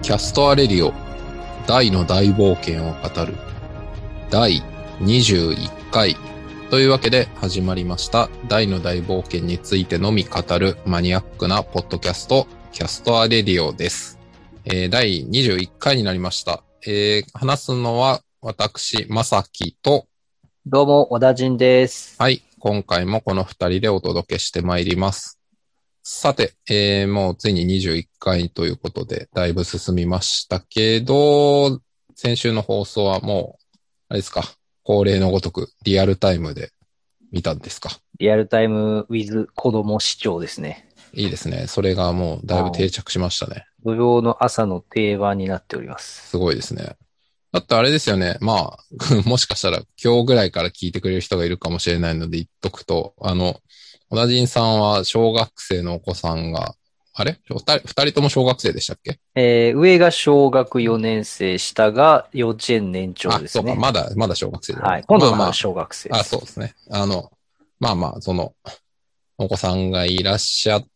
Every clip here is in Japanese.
キャストアレディオ大の大冒険を語る第21回というわけで始まりました大の大冒険についてのみ語るマニアックなポッドキャストキャストアレディオです。第21回になりました。話すのは私、まさきとどうも、小田陣です。 はい、今回もこの二人でお届けしてまいります。さて、もうついに21回ということで、だいぶ進みましたけど、先週の放送はもう、あれですか、恒例のごとくリアルタイムで見たんですか？ リアルタイム with 子供視聴ですね。 いいですね。それがもうだいぶ定着しましたね。 土曜の朝の定番になっております。 すごいですね。だってあれですよね。まあ、もしかしたら今日ぐらいから聞いてくれる人がいるかもしれないので言っとくと、小田陣さんは小学生のお子さんが、あれ二人とも小学生でしたっけ？ 上が小学4年生、下が幼稚園年長ですそうか、 ね。 まだ小学生だね。 はい。今度まあが小学生です。 そうですね。お子さんがいらっしゃって、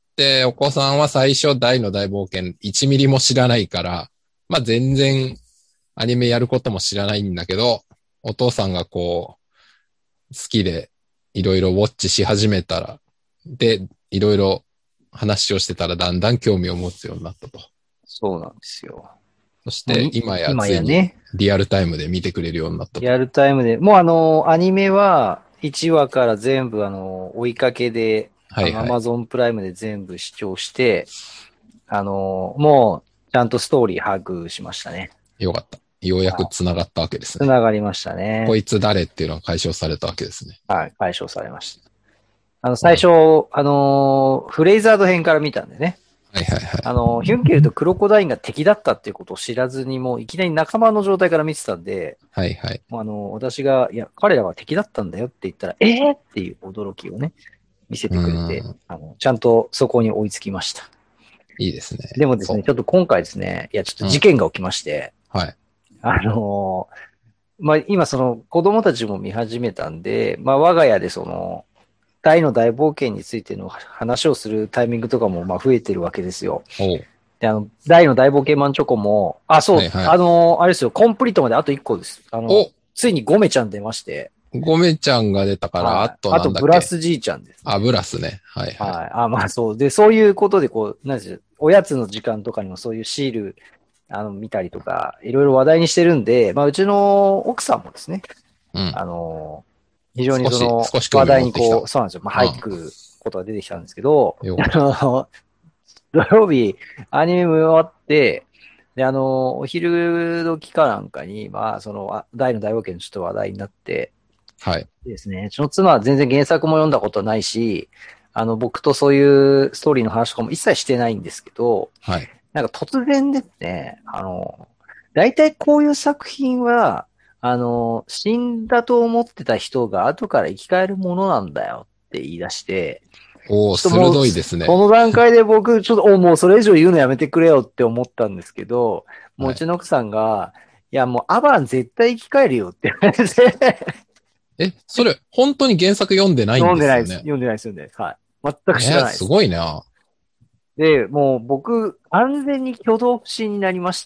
お子さんは最初大の大冒険1ミリも知らないから、まあ全然アニメやることも知らないんだけど、お父さんがこう、好きでいろいろウォッチし始めたら、で、いろいろ話をしてたらだんだん興味を持つようになったと。 そうなんですよ。 そして今やついにね、 リアルタイムで見てくれるようになったと。 リアルタイムで、もうアニメは1話から全部追いかけで、 はいはい。 Amazon プライムで全部視聴して、もうちゃんとストーリー把握しましたね。 よかった。ようやく繋がったわけですね。 繋がりましたね。 こいつ誰っていうのが解消されたわけですね。 はい、解消されました。最初、フレイザード編から見たんでね。 はいはいはい。 ヒュンケルとクロコダインが敵だったっていうことを知らずに、もういきなり仲間の状態から見てたんで、 はいはい。 もう私が、いや、彼らは敵だったんだよって言ったら、っていう驚きをね、見せてくれて、ちゃんとそこに追いつきました。 いいですね。 でもですね、ちょっと今回ですね、いや、ちょっと事件が起きまして、 はい。 まあ、今子供たちも見始めたんで、まあ、我が家で大の大冒険についての話をするタイミングとかもまあ増えてるわけですよ。で、大の大冒険マンチョコも、そう、 はいはい、 あれですよ、コンプリートまであと1個です。ついにゴメちゃん出まして。 ゴメちゃんが出たから、あとなんだっけ？ ブラスじいちゃんです、 ね。ブラスね。はいはい。 はい。まあそう。で、そういうことでなんですよ、おやつの時間とかにもそういうシール、見たりとか、いろいろ話題にしてるんで、まあうちの奥さんもですね、 うん。 非常に少し話題にそうなんですよ。まあ入ってくることが出てきたんですけど、土曜日、アニメ見終わって、で、お昼時かなんかに、まあ、大の大冒険のちょっと話題になって、 はい。 ですね。うちの妻は全然原作も読んだことないし、僕とそういうストーリーの話とかも一切してないんですけど、 はい。 なんか突然ですね、大体こういう作品は、死んだと思ってた人が後から生き返るものなんだよって言い出して、 おー、鋭いですね。 この段階で僕、ちょっと、もうそれ以上言うのやめてくれよって思ったんですけど、もううちの奥さんが、いや、もうアバン絶対生き返るよって言われてそれ、本当に原作読んでないんですよね。 読んでないです、読んでないです。はい。全く知らないです。 すごいな。 で、もう僕、完全に挙動不審になりまして、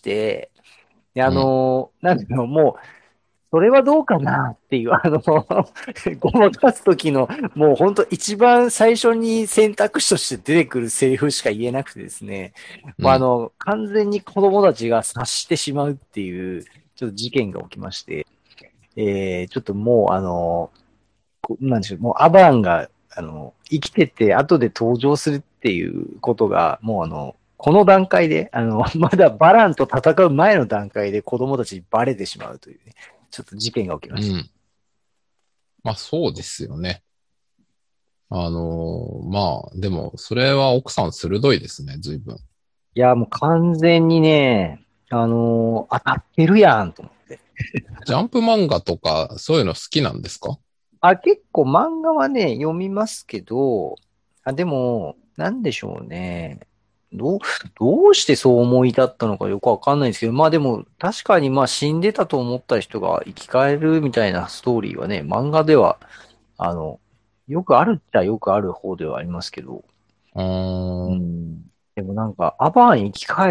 で、なんていうの、もう、それはどうかなっていう、ごまかすときの、もう本当一番最初に選択肢として出てくるセリフしか言えなくてですね、もう完全に子供たちが察してしまうっていう、ちょっと事件が起きまして、ちょっともなんでしょう、もうアバンが、生きてて後で登場するっていうことが、もうこの段階で、まだバランと戦う前の段階で子供たちにバレてしまうというね、ちょっと事件が起きました。 まあそうですよね。まあでも、それは奥さん鋭いですね、随分。 いや、もう完全にね、当たってるやんと思って。 ジャンプ漫画とか、そういうの好きなんですか？ 結構漫画はね、読みますけど、でも、なんでしょうね。どうしてそう思い立ったのかよくわかんないんですけど、まあでも、確かにまあ死んでたと思った人が生き返るみたいなストーリーはね、漫画では、あの、よくあるっちゃよくある方ではありますけど、でもなんか、アバン生き返るっ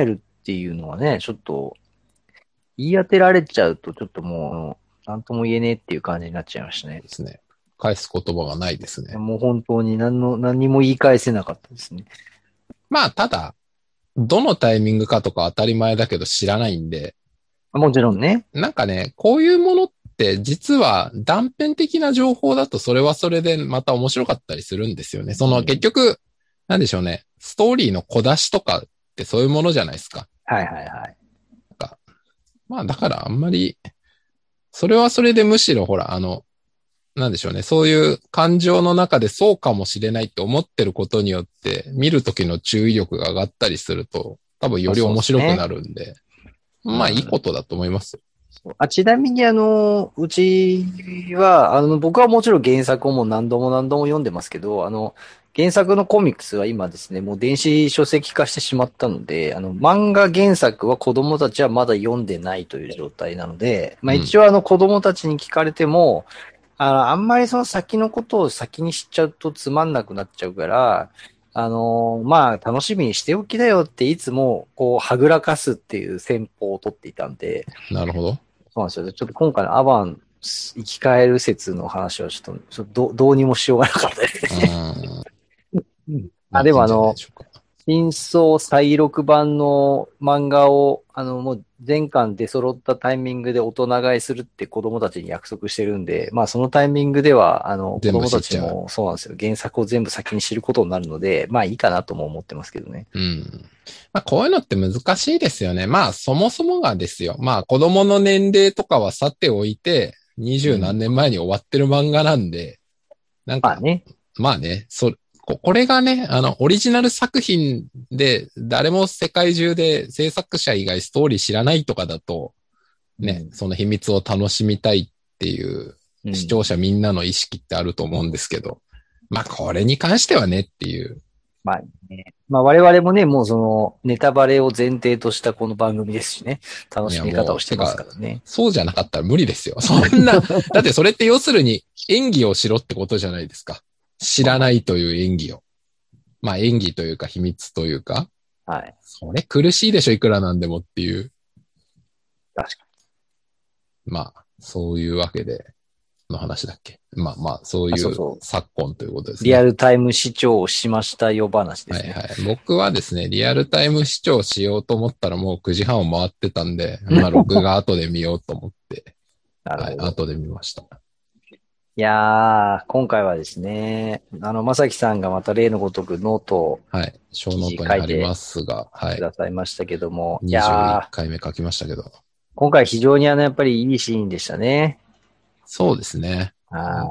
っていうのはね、ちょっと言い当てられちゃうと、ちょっともう、なんとも言えねえっていう感じになっちゃいましたね。 ですね。返す言葉がないですね。 もう本当に何にも言い返せなかったですね。 まあ、ただ、どのタイミングかとか当たり前だけど知らないんで、 もちろんね。 なんかね、こういうものって実は断片的な情報だとそれはそれでまた面白かったりするんですよね。その結局、なんでしょうね。ストーリーの小出しとかってそういうものじゃないですか。 はいはいはい。 まあだからあんまり、それはそれでむしろほら、なんでしょうね。そういう感情の中でそうかもしれないって思ってることによって、見るときの注意力が上がったりすると、多分より面白くなるんで、まあいいことだと思いますよ。 ちなみにうちは、僕はもちろん原作をもう何度も何度も読んでますけど、原作のコミックスは今ですね、もう電子書籍化してしまったので、漫画原作は子供たちはまだ読んでないという状態なので、まあ一応子供たちに聞かれても、あんまりその先のことを先に知っちゃうとつまんなくなっちゃうから、まあ楽しみにしておきだよっていつもこうはぐらかすっていう戦法を取っていたんで、 なるほど。 そうなんですよ。ちょっと今回のアバン生き返る説の話はちょっとどうにもしようがなかったですね。うんでもまあいいんじゃないでしょうか。 真相再録版の漫画を、もう全巻出揃ったタイミングで大人買いするって子供たちに約束してるんで、まあそのタイミングでは、子全部供知っちゃう。 たちもそうなんですよ。原作を全部先に知ることになるので、まあいいかなとも思ってますけどね。 うん。まあこういうのって難しいですよね。まあそもそもがですよ。まあ子供の年齢とかはさておいて、二十何年前に終わってる漫画なんで、なんか、 まあね。 まあね、これがね、オリジナル作品で、誰も世界中で制作者以外ストーリー知らないとかだと、ね、その秘密を楽しみたいっていう視聴者みんなの意識ってあると思うんですけど、まあこれに関してはねっていう。 まあね。まあ我々もね、もうそのネタバレを前提としたこの番組ですしね。楽しみ方をしてますからね。 そうじゃなかったら無理ですよ。そんな、だってそれって要するに演技をしろってことじゃないですか。知らないという演技を。まあ演技というか秘密というか。 はい。 それ苦しいでしょ、いくらなんでもっていう。 確かまあ、そういうわけでの話だっけ。まあまあ、そういう昨今ということですね。 リアルタイム視聴をしましたよ話ですね。 はいはい。僕はですね、リアルタイム視聴しようと思ったらもう9時半を回ってたんで、まあ録画後で見ようと思って、はい、後で見ました。 いやー、今回はですね、まさきさんがまた例のごとくノートを、 はい、小ノートにありますが、はい。 くださいましたけども、 21回目書きましたけど。 今回非常にやっぱりいいシーンでしたね。 そうですね。 はい。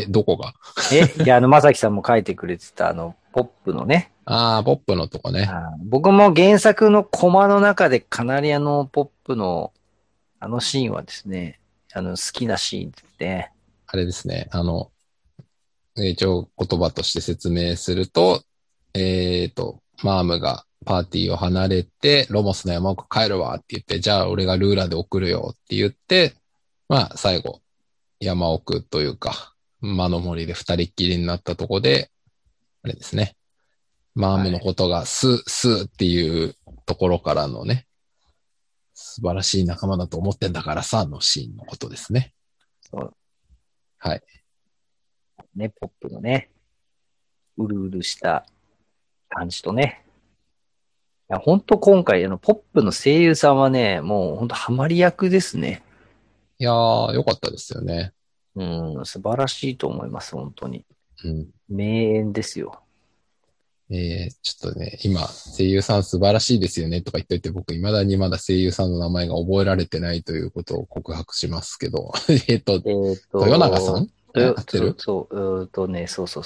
どこがいや、まさきさんも書いてくれてたポップのね。 ああ、ポップのとこね。 僕も原作のコマの中でかなりポップのシーンはですね、好きなシーンですね。 あれですね。一応言葉として説明すると、マームがパーティーを離れて、ロモスの山奥帰るわって言って、じゃあ俺がルーラで送るよって言って、まあ最後、山奥というか、魔の森で二人っきりになったとこで、あれですね。マームのことがスーっていうところからのね、素晴らしい仲間だと思ってんだからさ、のシーンのことですね。 そう。 はい。 ね、ポップのね、うるうるした感じとね。いや、本当今回、ポップの声優さんはね、もう本当ハマり役ですね。 いやー、よかったですよね。 素晴らしいと思います、本当に。 うん。 名演ですよ。 ちょっとね、今、声優さん素晴らしいですよねとか言っといて、僕未だにまだ声優さんの名前が覚えられてないということを告白しますけど、豊永さん合ってるそう。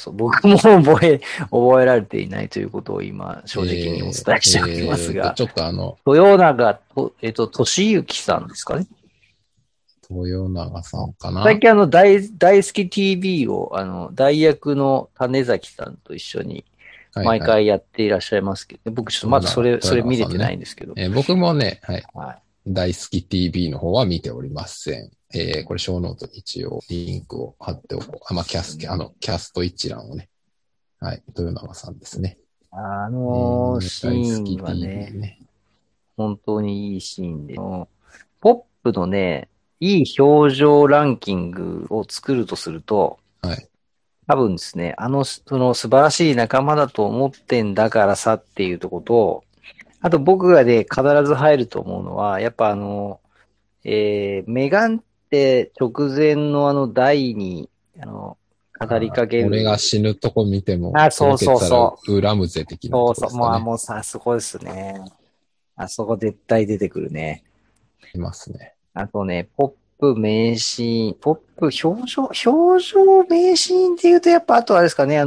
僕も覚えられていないということを今、正直にお伝えしておきますが。 ちょっと豊永俊之さんですかね。 豊永さんかな最近大好き TV を、代役の種崎さんと一緒に、毎回やっていらっしゃいますけど、僕ちょっとまだそれ見れてないんですけど。 僕もね、はい。大好き TV の方は見ておりません。これ、小ノートに一応リンクを貼っておこう。キャスト一覧をね。はい。豊永さんですね。 シーンはね、 本当にいいシーンで。ポップのね、いい表情ランキングを作るとすると、 はい。 多分ですね、その素晴らしい仲間だと思ってんだからさっていうところと、あと僕がね、必ず入ると思うのは、やっぱメガンって直前の台に、語りかけ俺がる。 死ぬとこ見ても、 あ、そうそう届けたらそう。 恨むぜ的なとこそうそう。 ですかね。 もうさ、そこですね。あそこ絶対出てくるね。 いますね。 あとね、ポップ名シーン、ポップ表情名シーンって言うと、やっぱあとあれですかね、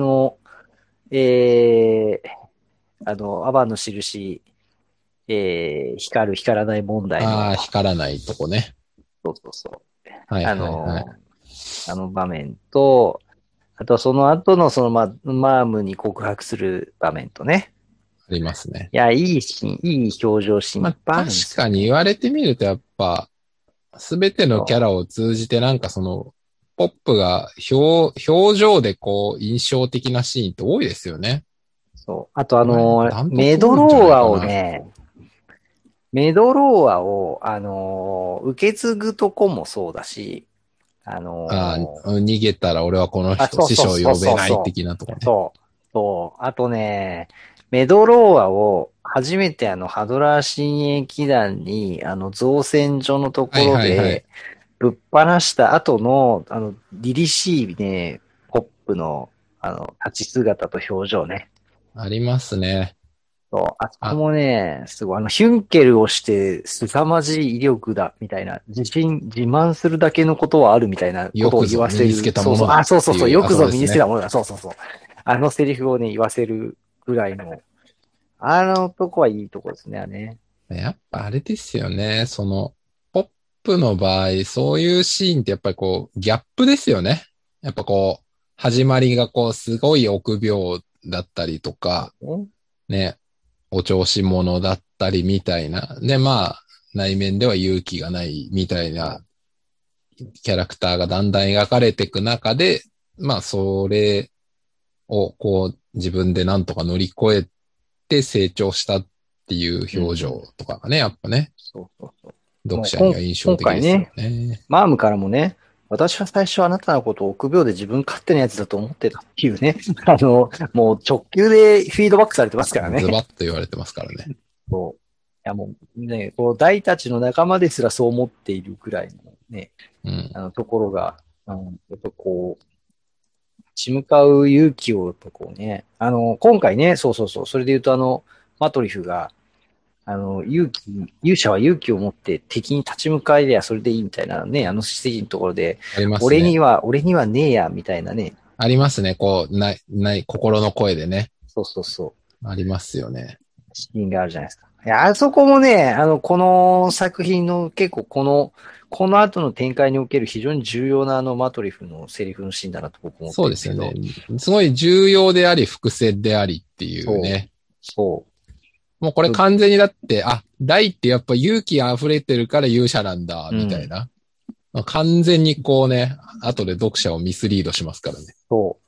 えー、アバンの印、光る光らない問題の、 ああ、光らないとこね。 そうそうそう。 はいあはいはい。 の、あの場面と、あとその後のマームに告白する場面とね。 ありますね。 いや、いいシーン、いい表情シーンいっまあ確ぱいあるんですよね。 かに言われてみるとやっぱ、すべてのキャラを通じてなんかその、ポップが表情でこう印象的なシーンって多いですよね。 そう。あとこの辺ダントメツ多いんじゃドローアないかな。 をね、メドローアを、受け継ぐとこもそうだし、ああのあ、逃げたら俺はこの人、 そう師匠そうそう呼べないそうそう。 的なとこね。 そう。そう。あとね、メドローアを初めてハドラー親衛騎団に、造船所のとこはいろはいはい。 で、ぶっ放した後の、凛々しいね、ポップの、立ち姿と表情ね。 ありますね。 そう、あそこあ、 もね、すごい、ヒュンケルをして凄まじい威力だ、みたいな、自慢するだけのことはあるみたいなことをよく言わせる。 ぞ身につけたそうそう、 ものだそうそうそう、 っていう、あよくぞ身そこですね。 につけたものだ。そうそうそう。あのセリフをね、言わせるぐらいの、あのとこはいいとこですね、あれね。 やっぱあれですよね。その、ポップの場合、そういうシーンってやっぱりこう、ギャップですよね。やっぱこう、始まりがこう、すごい臆病だったりとか、 ねね、お調子者だったりみたいな。で、まあ、内面では勇気がないみたいなキャラクターがだんだん描かれていく中で、まあ、それをこう、自分でなんとか乗り越えて成長したっていう表情とかがね、やっぱね、 そうそうそう。 読者にはもう印象今的ですよ回ね、 ね。 マームからもね、私は最初あなたのことを臆病で自分勝手なやつだと思ってたっていうね、もう直球でフィードバックされてますからね。 ズバッと言われてますからね。 そう。いやもうね、こう大たちの仲間ですらそう思っているくらいのね、 うん。 ところが、やっぱこう、立ち向かう勇気を、やっぱこうね、今回ね、そうそうそう、それで言うとマトリフが、勇者は勇気を持って敵に立ち向かいりゃそれでいいみたいなね、ステージのところで、 ありますね。 俺にはねえや、みたいなね。 ありますね。こう、心の声でね。 そうそうそう。 ありますよね。 シーンがあるじゃないですか。いや、あそこもね、この作品の結構この後の展開における非常に重要なマトリフのセリフのシーンだなと僕思ってそうですよね。 るんですけど。 すごい重要であり、伏線でありっていうそう、 ね。 そもうこれう。 完全にだって、あ、大ってやっぱ勇気溢れてるから勇者なんだ、 うん。 みたいな。完全にこうね、後で読者をミスリードしますからね。 そう。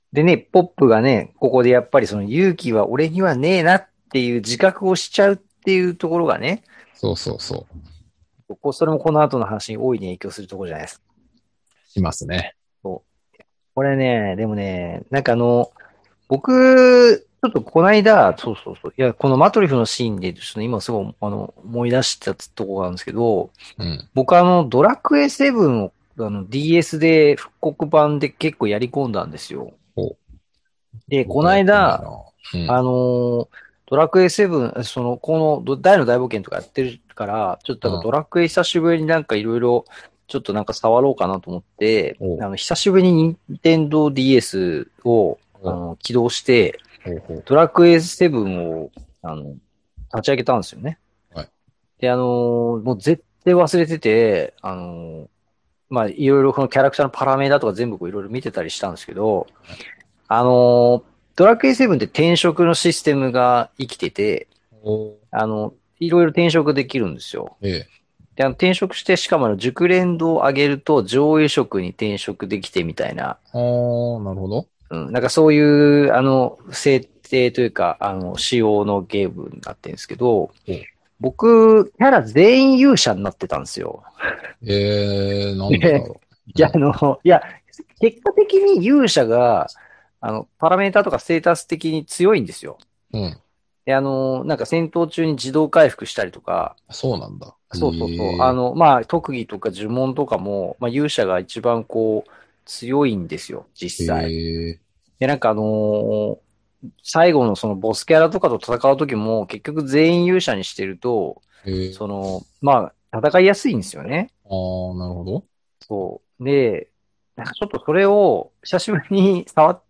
でね、ポップがね、ここでやっぱりその勇気は俺にはねえなっていう自覚をしちゃうっていうところがね、 そうそうそう。 それもこの後の話に大いに影響するところじゃないですか。 しますね。 そう。これね、でもね、なんか僕、ちょっとこの間、そうそうそう。いや、このマトリフのシーンで、ちょっと今すごい、思い出したところがあるんですけど、 うん。 僕ドラクエ7を、DS で復刻版で結構やり込んだんですよ。 お、 で、この僕はやってない間、 な。うん。 あのドラクエ7、大の大冒険とかやってるから、ちょっとなんかドうん。 ラクエ久しぶりになんかいろいろ、ちょっとなんか触ろうかなと思って、 おう、 久しぶりに Nintendo DS を、 おう、 起動して、 おう、おう。 ドラクエ7を、立ち上げたんですよね。 はい。 で、もう絶対忘れてて、まあ、いろいろこのキャラクターのパラメータとか全部こういろいろ見てたりしたんですけど、 はい。 あの、ドラクエ7って転職のシステムが生きてて、 おう、 いろいろ転職できるんですよ。 ええ。 で、転職して、しかも熟練度を上げると上位職に転職できてみたいな、 あー、なるほど。 うん、なんかそういう、設定というか、仕様のゲームになってるんですけど、 おう、 僕、キャラ全員勇者になってたんですよ。 なんでだで、 ろいや、いや、結果的に勇者が、パラメータとかステータス的に強いんですよ。 う。うん。 で、なんか戦闘中に自動回復したりとか、 そうなんだ。 そうそうそう。 え。 まあ、特技とか呪文とかも、まあ、勇者が一番こう、強いんですよ、実際。 えで、なんか最後のそのボスキャラとかと戦うときも、結局全員勇者にしてると、 ー、 まあ、戦いやすいんですよね。 ああ、なるほど。 そう。で、なんかちょっとそれを久しぶりに触って、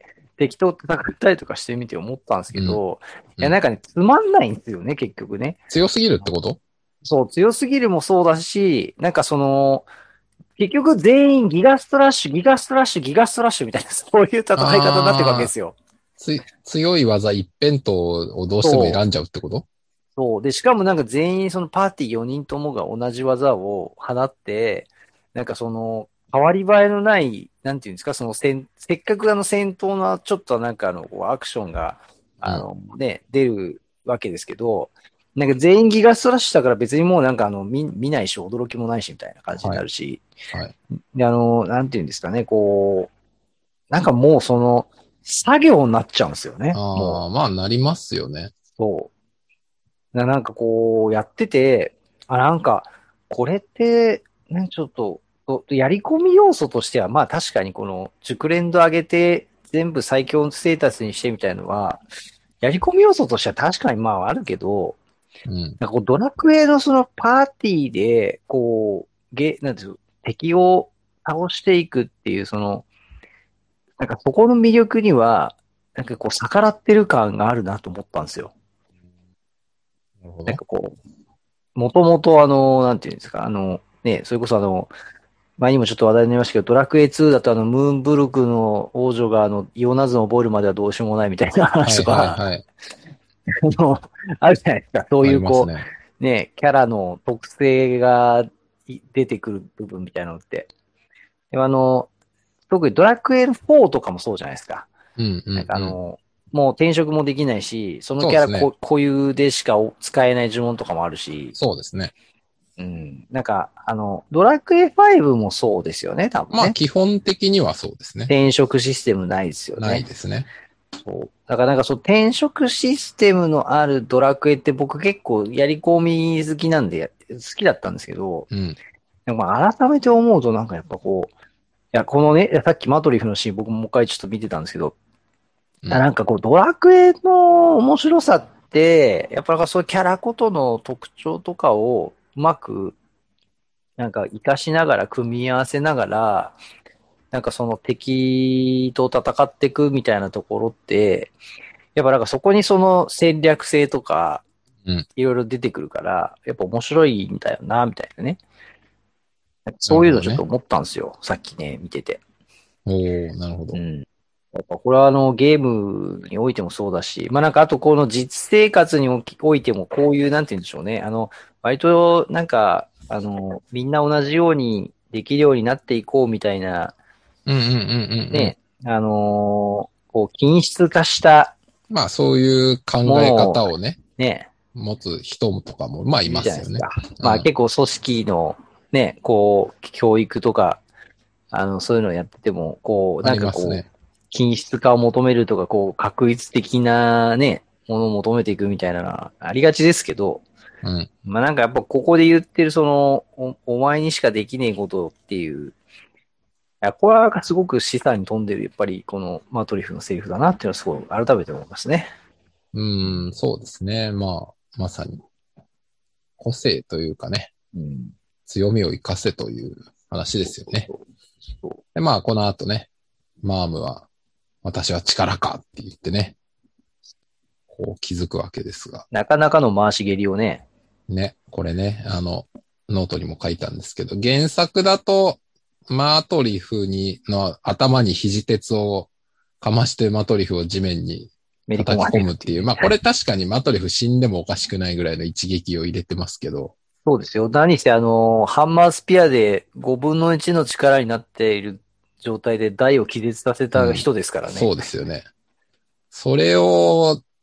敵と戦ったりとかしてみて思ったんですけうん。 ど、いや、 うん。 なんかね、つまんないんですよね、結局ね。 強すぎるってこと？ そう、強すぎるもそうだし、なんか結局全員ギガストラッシュ、ギガストラッシュ、ギガストラッシュみたいな、そういう戦い方になっていくわけでああすよ。 強い技一辺倒をどうしてもそう。 選んじゃうってこと？ そう。で、しかもなんか全員そのパーティー4人ともが同じ技を放って、なんか変わり映えのない、なんていうんですか、せっかく戦闘のちょっとなんかこうアクションが、 うん。 出るわけですけど、なんか全員ギガストラッシュだから別にもうなんか見ないし驚きもないしみたいな感じにはい。 なるし、 はい。 で、なんていうんですかね、こう、なんかもう作業になっちゃうんですよね、もああ、まあなりますよね。 う。そう。なんかこう、やってて、なんか、これって、ね、ちょっと、やり込み要素としては、まあ確かにこの、熟練度上げて、全部最強ステータスにしてみたいのは、やり込み要素としては確かにまああるけど、 うん。 なんかこうドラクエのそのパーティーで、こう、なんていうの敵を倒していくっていう、なんかそこの魅力には、なんかこう逆らってる感があるなと思ったんですよ。 なるほど。 なんかこう、もともとなんていうんですか、ね、それこそ前にもちょっと話題になりましたけど、ドラクエ2だとムーンブルクの王女がイオナズを覚えるまではどうしようもないみたいな話はいはいとか、 はい。 あるじゃないですか。そうありいうますね。 ね、キャラの特性が出てくる部分みたいなのって。でも特にドラクエ4とかもそうじゃないですか。 うんうなんかんうん。 もう転職もできないし、そのキャラそうですね。 固有でしか使えない呪文とかもあるし、 そうですね。 うん。なんか、ドラクエ5もそうですよね、多分ね。 まあ基本的にはそうですね。 転職システムないですよないね。 ですね。 そう。だからなんか転職システムのあるドラクエって僕結構やり込み好きなんで好きだったんですけど、 うん。 でもまあ改めて思うとなんかやっぱこう、いや、このね、さっきマトリフのシーン僕ももう一回ちょっと見てたんですけど、 うん。 なんかこうドラクエの面白さって、やっぱなんかそういうキャラごとの特徴とかをうまくなんか活かしながら組み合わせながら、なんかその敵と戦っていくみたいなところって、やっぱなんかそこにその戦略性とか、 うん。 いろいろ出てくるから、やっぱ面白いんだよな、みたいなね。そういうのちょっとなるほどね。 思ったんですよ。さっきね、見てて。 おー、なるほど。 うん。やっぱこれはゲームにおいてもそうだし、まあなんかあとこの実生活においてもこういう、なんて言うんでしょうね。割となんか、みんな同じようにできるようになっていこうみたいな、 うんうんうんうんうん。 ね、こう、均質化したまあそういう考えものを方をね、 ね、 持つ人とかも、まあいいるますよね。 じゃないですか。まあうん。 結構組織のね、こう、教育とか、そういうのをやってても、こう、 あなんかこう、 りますね。 均質化を求めるとか、こう、確率的なね、ものを求めていくみたいなのはありがちですけど、 うん。 まあなんかやっぱここで言ってるお前にしかできねえことっていう、いや、これはすごく示唆に富んでる、やっぱりこのマトリフのセリフだなっていうのはすごい改めて思いますね。 うん、そうですね。まあ、まさに個性というかね、 うん。 強みを生かせという話ですよね。 そうそうで、まあ、この後ね、マームは、私は力かって言ってね、こう気づくわけですが。 なかなかの回し蹴りをね、 ね、これね、ノートにも書いたんですけど、原作だと、マートリフの頭に肘鉄をかましてマトリフを地面にめり込叩きまれるっていう。 込むっていう、まあこれ確かにマトリフ死んでもおかしくないぐらいの一撃を入れてますけど、 そうですよ。何せハンマースピアで5分の1の力になっている状態で台を気絶させうん、 た人ですからね。 そうですよね。それを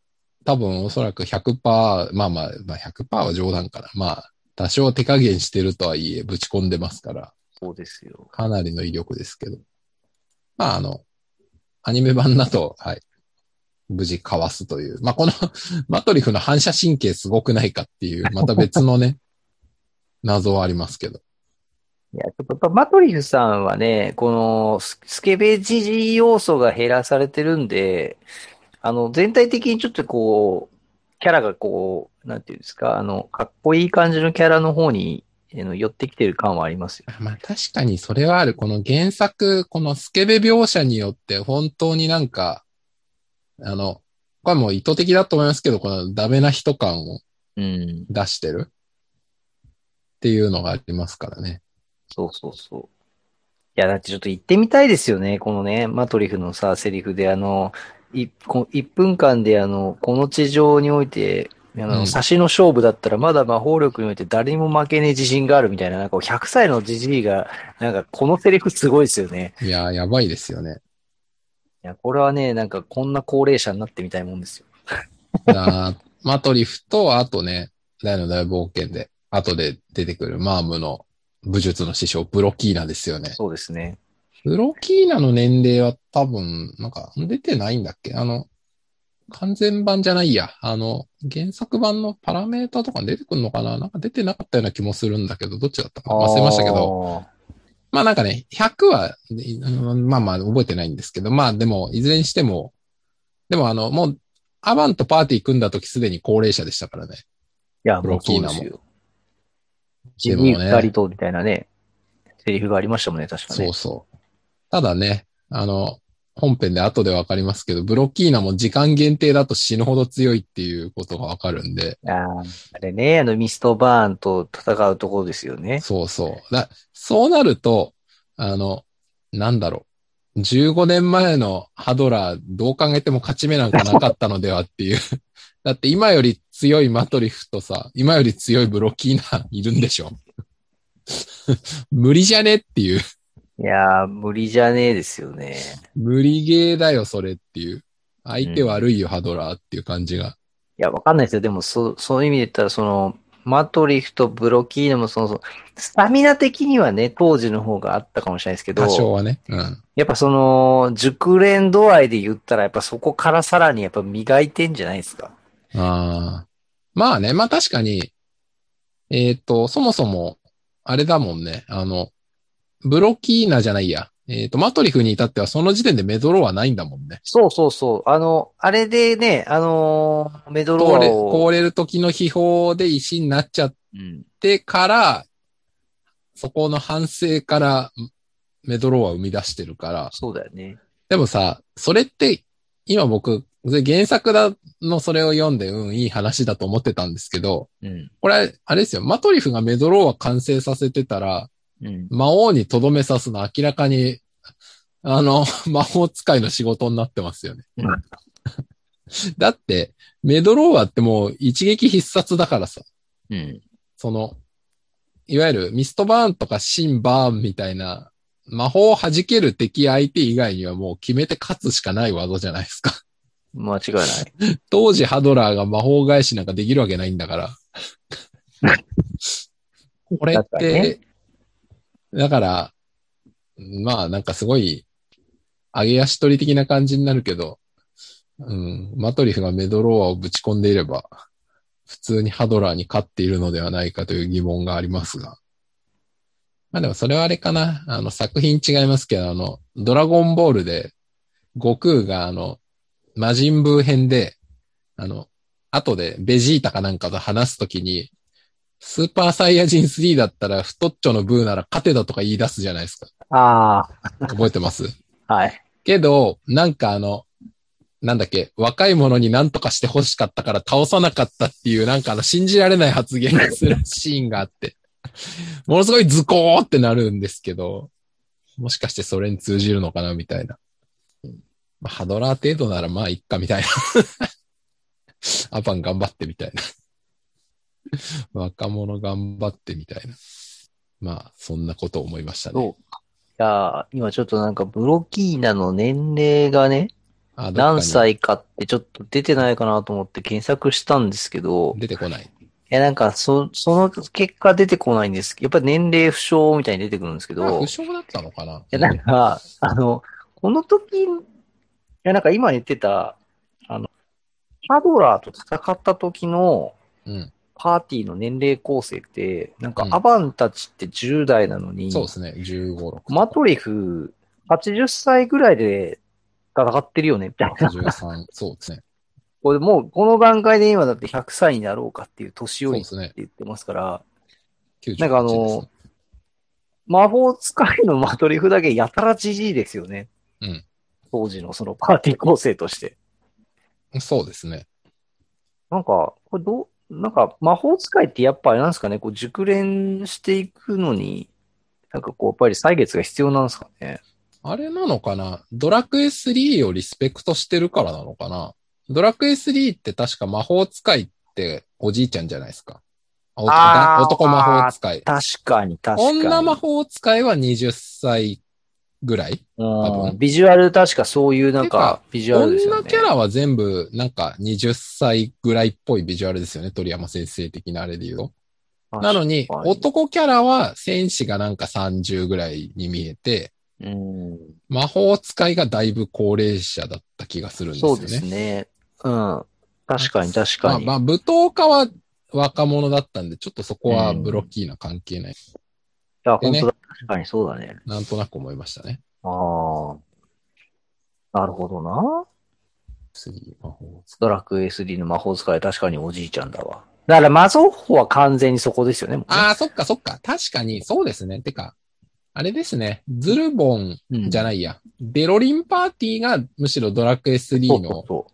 多分おそらく100%、まあ100%は冗談かな。まあ、多少手加減してるとはいえ、ぶち込んでますから、 そうですよ。 かなりの威力ですけど。まあ、アニメ版だと、はい、無事かわすという。まあ、このマトリフの反射神経すごくないかっていう、また別のね、謎はありますけど。 いや、ちょっとやっぱマトリフさんはね、このスケベジジ要素が減らされてるんで、全体的にちょっとこう、キャラがこう、なんていうんですか、かっこいい感じのキャラの方に、寄ってきてる感はありますよ。 まあ確かにそれはある。この原作、このスケベ描写によって本当になんか、これはもう意図的だと思いますけど、このダメな人感をうん。 出してるっていうのがありますからね。 そうそうそう。いや、だってちょっと言ってみたいですよね。このね、マトリフのさ、セリフで、1分間でこの地上において、 うん。 差しの勝負だったらまだ魔法力において誰にも負けねえ自信があるみたいな、なんか100歳のジジイが、なんかこのセリフすごいですよね。 いやー、やばいですよね。 いや、これはね、なんかこんな高齢者になってみたいもんですよ。 マトリフと、あとね、大の大冒険で、後で出てくるマームの武術の師匠、ブロキーナですよね。 そうですね。 ブロキーナの年齢は多分、なんか出てないんだっけ完全版じゃないや。原作版のパラメータとか出てくるのかななんか出てなかったような気もするんだけど、どっちだったかあな忘れましたけど。 あ、 まあなんかね、100は、まあまあ覚えてないんですけど、まあでも、いずれにしても、でももう、アバンとパーティー組んだ時すでに高齢者でしたからね。 いや、 ブもうロキーナも。 そうですよ。ジでジイもね、 二人と、みたいなね、セリフがありましたもんね、確かね。 そうそう。ただね、本編で後でわかりますけど、ブロッキーナも時間限定だと死ぬほど強いっていうことがわかるんで、 ああ、あれね、ミストバーンと戦うところですよね。 そうそう。そうなると、あの、なんだろう。15年前のハドラー、どう考えても勝ち目なんかなかったのではっていう。だって今より強いマトリフとさ、今より強いブロッキーナいるんでしょ？無理じゃねっていう。 いやー、無理じゃねえですよね。 無理ゲーだよ、それっていう。相手うん。 悪いよ、ハドラーっていう感じが。 いや、わかんないですよ。でも、そういう意味で言ったら、マトリフとブロキーノも、スタミナ的にはね、当時の方があったかもしれないですけど、 多少はね。うん。 やっぱ熟練度合いで言ったら、やっぱそこからさらにやっぱ磨いてんじゃないですか。 ああ。まあね、まあ確かに、そもそも、あれだもんね。ブロキーナじゃないや。マトリフに至ってはその時点でメドローはないんだもんね。 そうそうそう。あれでね、メドロアを、 凍れる時の秘宝で石になっちゃっうん。 てから、そこの反省からメドローは生み出してるから。 そうだよね。 でもさ、それって、今僕、原作のそれを読んで、いい話だと思ってたんですけど、 うん。 これ、あれですよ。マトリフがメドローは完成させてたら、 うん。 魔王にとどめさすの明らかに、魔法使いの仕事になってますよね。だって、メドローアってもう一撃必殺だからさ、 うん。 その、いわゆるミストバーンとかシンバーンみたいな、魔法を弾ける敵相手以外にはもう決めて勝つしかない技じゃないですか。 間違いない。 当時ハドラーが魔法返しなんかできるわけないんだから。これっ確かにね。 て、だから、まあなんかすごい、上げ足取り的な感じになるけど、マトリフがメドローアをぶち込んでいれば、普通にハドラーに勝っているのではないかという疑問がありますが。まあでもそれはあれかな。作品違いますけど、ドラゴンボールで、悟空が魔人ブー編で、あの、後でベジータかなんかと話すときに、スーパーサイヤ人3だったら太っちょのブーなら勝てだとか言い出すじゃないですか。 あ覚えてます？ あ、はい。 けど、なんかなんだっけ、若い者に何とかして欲しかったから倒さなかったっていう、なんか信じられない発言をするシーンがあって、ものすごいズコーってなるんですけど、もしかしてそれに通じるのかなみたいな。まあ、ハドラー程度ならまあいっかみたいな。アバン頑張ってみたいな。若者頑張ってみたいな。まあ、そんなことを思いましたね。 そう。いやー、今ちょっとなんかブロキーナの年齢がね、 あ、どっ何かに歳かってちょっと出てないかなと思って検索したんですけど、 出てこない。 なんかその結果出てこないんです。やっぱり年齢不詳みたいに出てくるんですけあ、不ど、 詳だったのかな。 なんか、この時、なんか今言ってた、ハドラーと戦った時のうん。 パーティーの年齢構成って、なんかアうん。 バンたちって10代なのに、 そうですね。15、6とか。 マトリフ80歳ぐらいで戦ってるよね、みたいな。 83、そうですね。 これもう、この段階で今だって100歳になろうかっていう年寄りってそうですね。 言ってますから、なんか 98ですね。 魔法使いのマトリフだけやたらじじいですよね。 うん。 当時のそのパーティー構成として。 そうですね。 なんか、これなんか魔法使いってやっぱりなんですかね、こう熟練していくのに、なんかこうやっぱり歳月が必要なんですかね。 あれなのかな、ドラクエ3をリスペクトしてるからなのかな。ドラクエ3って確か魔法使いっておじいちゃんじゃないですか。男魔法ああ、 使い。 確かに確か女魔に。 法使いは20歳ぐらい多うん、 分。 ビジュアル確かそういうなんてか、 か、ビジュアルですよね。 女キャラは全部なんか20歳ぐらいっぽいビジュアルですよね。鳥山先生的なあれで言うと。 確なのに、 かに。 男キャラは戦士がなんか30ぐらいに見えて、 うん。 魔法使いがだいぶ高齢者だった気がするんでそうですすよね。 ね。うん。確かに確かに。 舞踏家は若者だったんで、ちょっとそこうはブロッん。 キーな関係ない。 いや、 でね、 本当だ。確かにそうだね。 なんとなく思いましたね。 ああ、なるほどな。 次、魔法使い。 ドラクエ SD の魔法使い確かにおじいちゃんだわ。だからマゾッホは完全にそこですよね、もうね。 ああ、そっかそっか。確かに、そうですね。てか、あれですね。ズルボンうん。 じゃないや。ベロリンパーティーがむしろドラクエそう 3の、 そうそう。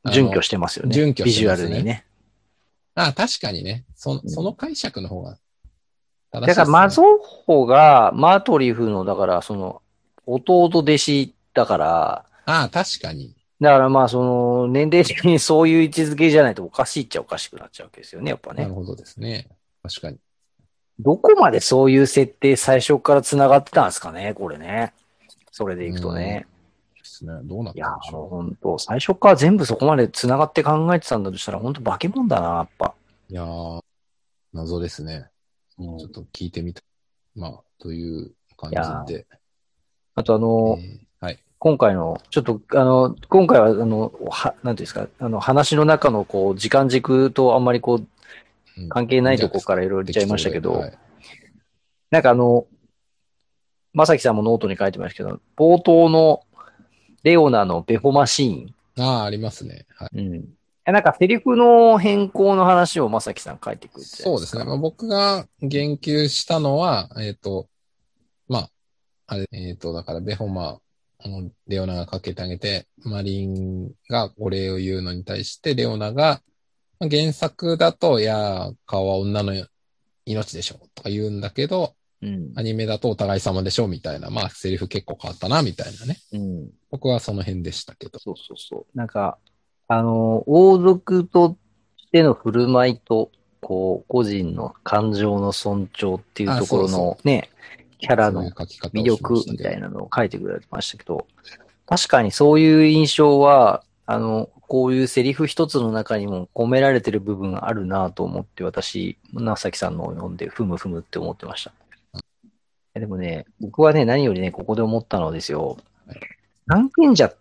あの、 準拠してますよね。 準拠してビジュますね。 アルにね。 ああ、確かにね。 うん。 その解釈の方が正だからしいですね。 マゾッホがマトリフの、だからその、弟弟子だから、 ああ、確かに。 だからまあその、年齢的にそういう位置づけじゃないとおかしいっちゃおかしくなっちゃうわけですよね、やっぱね。 なるほどですね。確かに。でどこまでそういう設定最初から繋がってたんですかね、これね。それでいくとね。 すね。どうなっいや、もうたんでしょ本当最初から全部そこまで繋がって考えてたんだとしたら、本当化け物だな、やっぱ。 う。いやー、謎ですね。 うん、いちょっと聞いてみた。まあ、という感じや、 で。 あとはい。 今回の、ちょっと今回はなんていうんですか、話の中のこう、時間軸とあんまりこう、 うん。 関係ないとこいいんじゃないですか。 からいろいろ言っちゃいま適当で。 したけど、 はい。 なんかまさきさんもノートに書いてましたけど、冒頭のレオナのベホマシーン。 ああ、ありますね。はい。 うん。なんかセリフの変更の話をまさきさん書いてくれてたじゃないそうですね。まですか。 あ、僕が言及したのは、まあ、あれ、だからベホマ、レオナがかけてあげて、マリンがお礼を言うのに対して、レオナが、まあ原作だと、いやー、顔は女の命でしょ、とか言うんだけど、 うん。 アニメだとお互い様でしょ、みたいな、まあ、セリフ結構変わったな、みたいなね。 うん。 僕はその辺でしたけど。 そうそうそう。なんか、王族としての振る舞いと、こう、個人の感情の尊重っていうあ、 ところそうそう。 のね、キャラそういうの書き方魅をしま力みたいしたけど。 なのを書いてくれてましたけど、確かにそういう印象は、こういうセリフ一つの中にも込められてる部分があるなと思って、私、長崎さんのを読んで、ふむふむって思ってました。でもね、僕はね、何よりね、ここで思ったのはですよ。 はい。 三賢者って、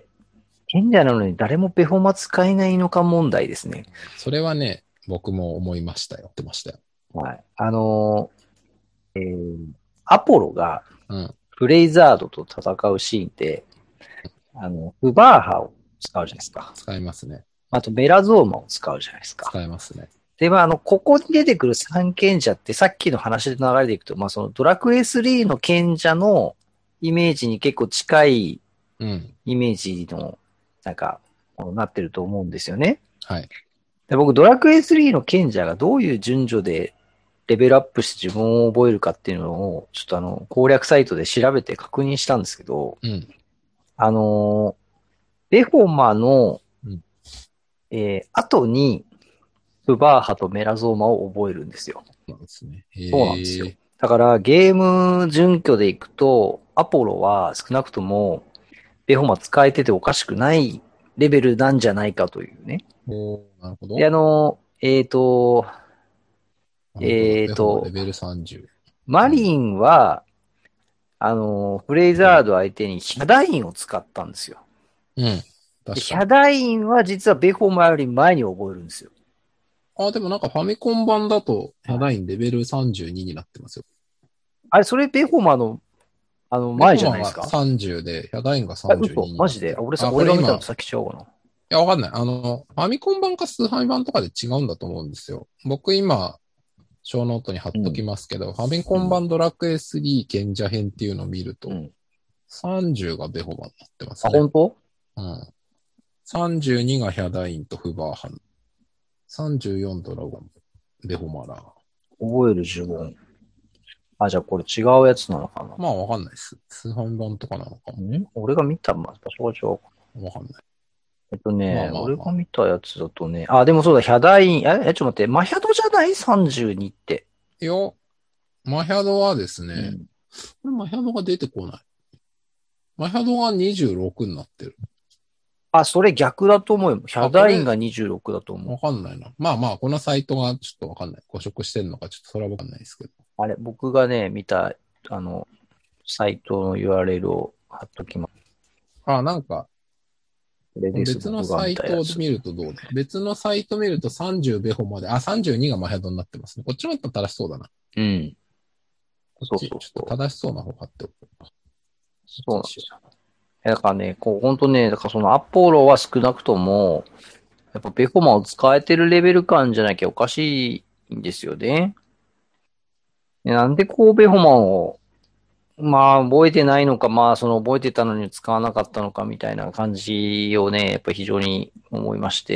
賢者なのに誰もベホマ使えないのか問題ですね。 それはね、僕も思いましたよ。ってましたよ。 はい。アポロがうん。 フレイザードと戦うシーンで、フバーハを使うじゃないですか。 使いますね。 あと、メラゾーマを使うじゃないですか。 使えますね。 で、まあ、ここに出てくる三賢者ってさっきの話の流れでいくと、まあ、そのドラクエ3の賢者のイメージに結構近いうん。 イメージの、なんか、なってると思うんですよね。 はい。 で僕、ドラクエ3の賢者がどういう順序でレベルアップして自分を覚えるかっていうのを、ちょっと攻略サイトで調べて確認したんですけど、 うん。 あのベフォマの、 うん。 後に、フバーハとメラゾーマを覚えるんですよ。 なんですね。 そうなんですよ。 へえ。 だから、ゲーム準拠でいくと、アポロは少なくとも、 ベホマ使えてておかしくないレベルなんじゃないかというね。 おー、なるほど。 で、 本当だ。ベホマレえっと、 ベル30。 マリンは、フレイザード相手にヒャダインを使ったんですよ。 うん。 で、 確かに。 ヒャダインは実はベホマより前に覚えるんですよ。 あ、でもなんかファミコン版だと、ヒャダインレベル32になってますよ。 あれ、それベホマの、前ベホマがじゃないですか？ 30で、ヒャダインがあ、嘘 32にマジで？あ、 なってる。あ、こ俺れ今、 が見たのと先違うかな。 いや、わかんない。ファミコン版かスーファミ版とかで違うんだと思うんですよ。僕今、小ノートに貼っときますけど、ファミコン版ドラクエ3賢者編っていうのを見ると、 うん。 30がベホマになってまあ、 すね。 本当？ うん。32がヒャダインとフバーハン。34ドラゴン、ベホマラー。 覚える呪文。あ、じゃあこれ違うやつなのかな。 まあわかんないです。スーファミ版とかなのかも。 俺が見た、まあ、場所が違うか。 わかんない。 俺がまあまあまあ。 見たやつだとね、あ、でもそうだ、ヒャダイン、ちょっと待って、マヒャドじゃない？ 32 って。 いや、マヒャドはですね、 うん。 これマヒャドが出てこない。マヒャドが26になってる。 あ、それ逆だと思うよ。ヒャあ、これ、 ダインが26だと思う。 わかんないな。まあまあ、このサイトがちょっとわかんない。誤植してるのか、ちょっとそれはわかんないですけど。 あれ、僕がね、見た、あの、サイトの URL を貼っときます。 あ、なんか、 これです、 別の僕がサイト見たやつ。 見るとどうだ？別のサイト見ると30ベホまで、あ、32がマヒャドになってますね。こっちも正しそうだな。 うん。そうこっち、ちょっとそうそう。 正しそうな方貼っておこうか。 そうなんですよ。だからね、こう、本当ね、だからそのアポロは少なくとも、やっぱベコマを使えてるレベル感じゃなきゃおかしいんですよね。でなんでこうベホマを、まあ覚えてないのか、まあその覚えてたのに使わなかったのかみたいな感じをね、やっぱり非常に思いまして、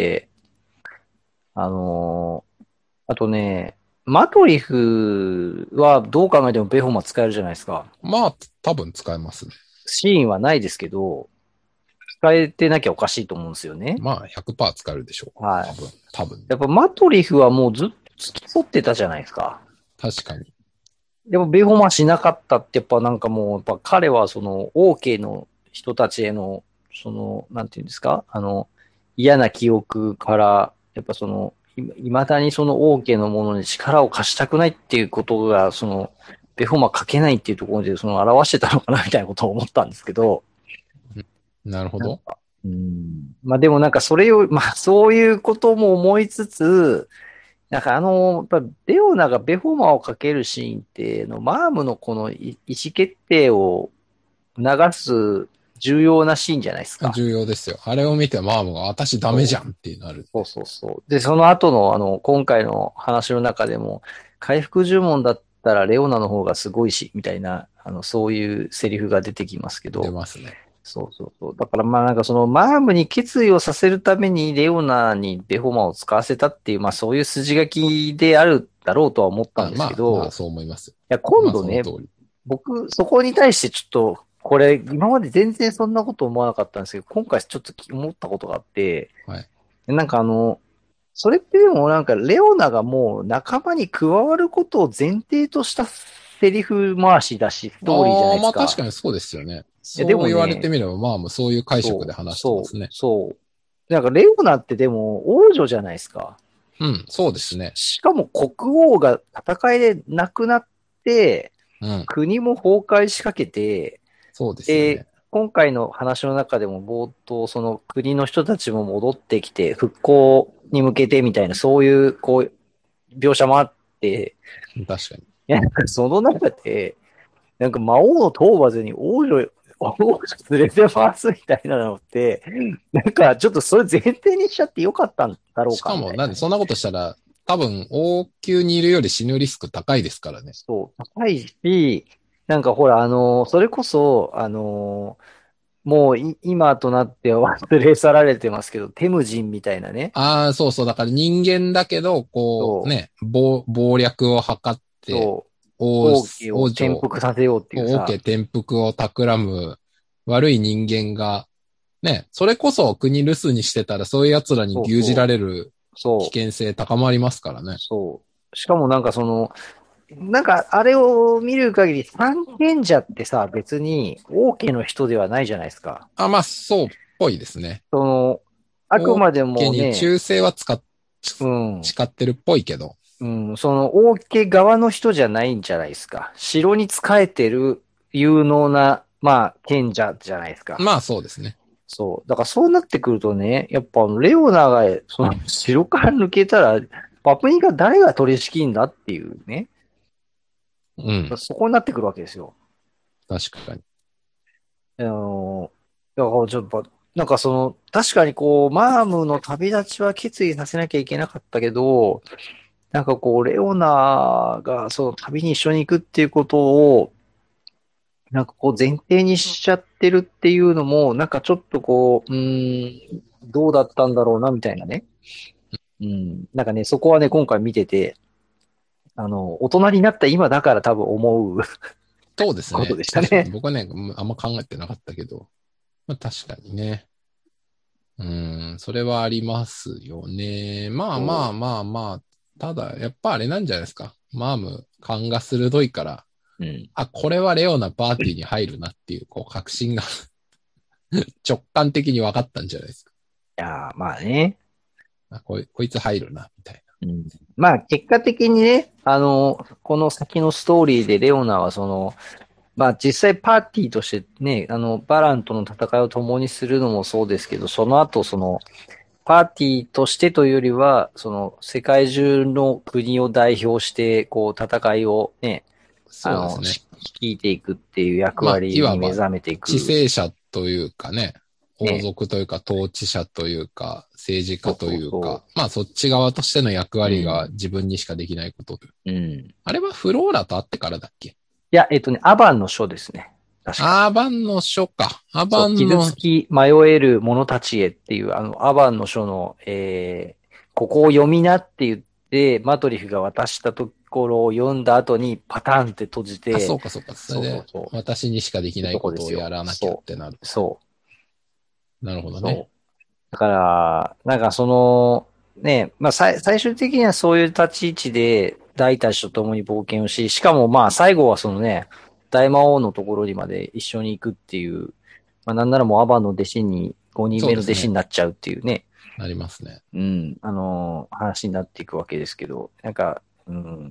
あとね、マトリフはどう考えてもベホマ使えるじゃないですか。 まあ、多分使えますね。 シーンはないですけど、使えてなきゃおかしいと思うんですよね。 まあ、100%使えるでしょう。 はい。 多分。 やっぱマトリフはもうずっと付き添ってたじゃないですか。 確かに。 でもベホマしなかったってやっぱなんかもう、やっぱ彼はその OK の人たちへの、その、なんていうんですか、嫌な記憶から、やっぱその、いまだにその OK のものに力を貸したくないっていうことが、その、ベホマかけないっていうところで、その表してたのかなみたいなことを思ったんですけど、 なるほど。 まあでもなんかそれを、まあそういうことも思いつつ、なんかやっぱレオナがベホマをかけるシーンって、マームのこの意思決定を流す重要なシーンじゃないですか。 重要ですよ。あれを見てマームが私ダメじゃんってなる。 そうそうそう。で、その後の今回の話の中でも、回復呪文だったらレオナの方がすごいし、みたいな、そういうセリフが出てきますけ出ど、 ますね。 そうそうそう。だからまあなんかそのマームに決意をさせるためにレオナにベホマを使わせたっていう、まあそういう筋書きであるだろうとは思ったんですけど、 そう思います。 いやまあ、 今度ね、 その通り。 僕そこに対してちょっと、これ今まで全然そんなこと思わなかったんですけど、今回ちょっと思ったことがあって、 はい。 なんかそれってでもなんかレオナがもう仲間に加わることを前提としたセリフ回しだし、ストーリーじゃなああ、まあ確いですか。 かにそうですよね。 いやでそう言われてもね、 みれば、マームそういう解釈でそう、 話してまそう、 すね。 そう。なんか、レオナってでも王女じゃないですか。 うん、そうですね。 しかも国王が戦いで亡くなって、 うん、 国も崩壊しかけて、 そうですよで、 ね。 今回の話の中でも冒頭、その国の人たちも戻ってきて、復興に向けてみたいな、そういう、こう、描写もあって、 確かに。 いや、なんかその中で、なんか魔王の討伐に王女連れて回すみたいなのって、なんかちょっとそれ前提にしちゃってよかったんだろうしかも、 かみたいな、 なんでそんなことしたら、多分、王宮にいるより死ぬリスク高いですからね。 そう、高いし、なんかほら、それこそ、もう今となっては忘れ去られてますけど、テムジンみたいなね。 ああ、そうそう。だから人間だけど、こうそう、 ね、謀略を図って、 そう、王家を王女、 転覆させようっていうさ、 王家転覆を企む悪い人間が、ね、それこそ国留守にしてたらそういう奴らに牛耳らそうそう、 れる危そう、 険性高まりますからね。 そう。しかもなんかその、 なんか、あれを見る限り、三賢者ってさ、別に王家の人ではないじゃないですか。 あ、まあ、そうっぽいですね。 その、あく王まで家もね、 に忠誠はうん、 誓ってるっぽいけど。 うん、その王家側の人じゃないんじゃないですか。城に仕えてる有能な、まあ、賢者じゃないですか。 まあ、そうですね。 そう。だからそうなってくるとね、やっぱレオナが、その、城から抜けたら、パプニカ誰が取り仕切るんだっていうね。 うん。 そこになってくるわけですよ。 確かに。 だからちょっと、なんかその、確かにこう、マームの旅立ちは決意させなきゃいけなかったけど、なんかこう、レオナがその旅に一緒に行くっていうことを、なんかこう前提にしちゃってるっていうのも、なんかちょっとこう、どうだったんだろうな、みたいなね。うん。なんかね、そこはね、今回見てて、大人になった今だから多分思うそうでことすね。確かに。 でしたね。 僕はね、あんま考えてなかったけど。まあ、確かにね。うん、それはありますよね。まあまあそまあまあ。ただ、やっぱあれなんじゃないですか。マーム、勘が鋭いから、 う。うん。いあ、これはレオナパーティーに入るなっていう、こう、確信が直感的に分かったんじゃないですか。 やー、まあね。 あ、こいつ入るな、みたいうん。まあ、結果的にね、この先のストーリーでレオナはその、まあ実際パーティーとしてね、バランとの戦いを共にするのもそうですけど、その後その、パーティーとしてというよりは、その世界中の国を代表して、こう戦いをね、 な。そうですね。 率いていくっていう役まあ、いわば、 割に目覚めてい知く。 性者というかね、王ね。 族というか、統治者というか、政治家とそうそういうか、 そまあ、そっち側としての役う。う割がん。 自分にしかできないこと。 うん。いあれはフローラと会ってからだっけ？ や、アバンの書ですね。確か。 アバンの書か。アそう、傷バンの、 つき迷える者たちへっていう、アバンの書の、ここを読みなって言って、マトリフが渡したところを読んだ後にパタンって閉じあ、そて、 うかそうか。それそうそうで、 そう。 私にしかできってないとこですよ。 ことをやらなきゃっそてなる。 う。そなるほう。 どね。 そう。だから、なんかその、ね、まあ最終的にはそういう立ち位置で大たちと共に冒険をし、しかもまあ最後はそのね、大魔王のところにまで一緒に行くっていう、まあなんならもうアバンの弟子に、5人目の弟子にそうですね。 なっちゃうっていうね、 なりますね。 うん、話になっていくわけですけど、なんか、うん、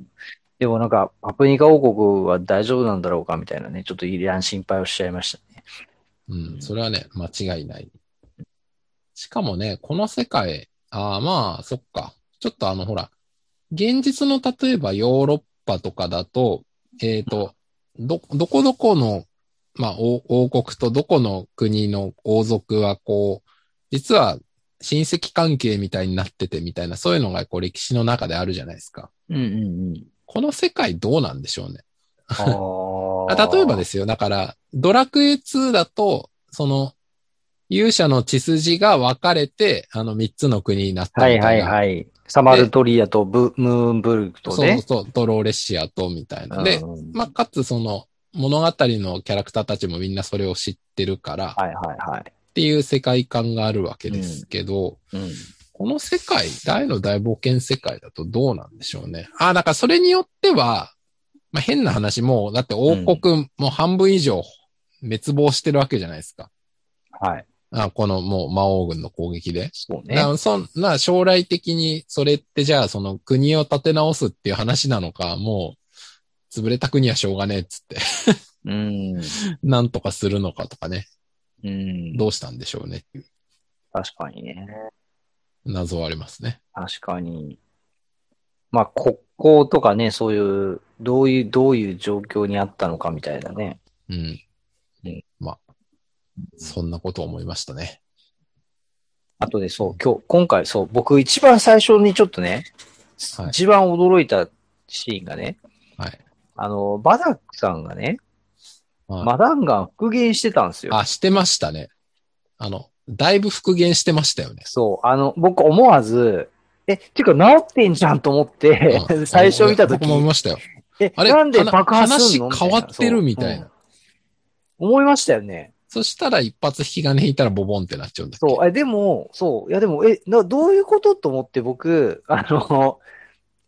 でもなんか、パプニカ王国は大丈夫なんだろうかみたいなね、ちょっといらん心配をしちゃいましたね。 うん。 うん、 それはね、間違いない。しかもね、この世界、ああ、まあ、そっか。ちょっとほら、現実の例えばヨーロッパとかだと、どこどこの、まあ、王国とどこの国の王族はこう、実は親戚関係みたいになっててみたいな、そういうのがこう歴史の中であるじゃないですか。 うん、うん、うん。 この世界どうなんでしょうね。 あ例えばであ、 すよ。だから、ドラクエ2だと、その、勇者の血筋が分かれて、三つの国になったはいはいみたいな。 はい。サマルで、 トリアとムーンブルクとね。 そうそう、ドローレシアと、みたいな。 うで、 ん。 まあ、かつその、物語のキャラクターたちもみんなそれを知ってるから、 はいはいはい。 っていう世界観があるわけですうん。 けど、 うん。 この世界、大の大冒険世界だとどうなんでしょうね。だからそれによっては、まあ、変な話も、だって王うん。 国もう半分以上滅亡してるわけじゃないですか。 はい。 このもう魔王軍の攻撃で。 そうね。 だからそんな将来的にそれってじゃあその国を立て直すっていう話なのか、もう潰れた国はしょうがねえっつってうん。 なんとかするのかとかね。 うん。 どうしたんでしょうねっていう確かにね。 謎はありますね。 確かに。まあ、国交とかね、そういう、どういう状況にあったのかみたいなね。 うん。 うん。 まあ、そんなことを思いましたね。 あとで、そう、今回、そう、僕一番最初にちょっとね、 はい。 一番驚いたシーンがね、 はい。 バダックさんがね、 はい。 マダンガン復元してたんですよ。 してましたね。だいぶ復元してましたよね。 そう、僕思わず、ていうか治ってんじゃんと思っうん。 て最初見たと僕も思いき、 ましたよ。あれ、 なんで爆破すん話のみたいな、 変わってるそう、うん。 みたいな。 思いましたよね。 そしたら一発引き金引いたらボボンってなっちゃうんだっけ？ そう、でも、そう、いやでも、どういうことと思って僕、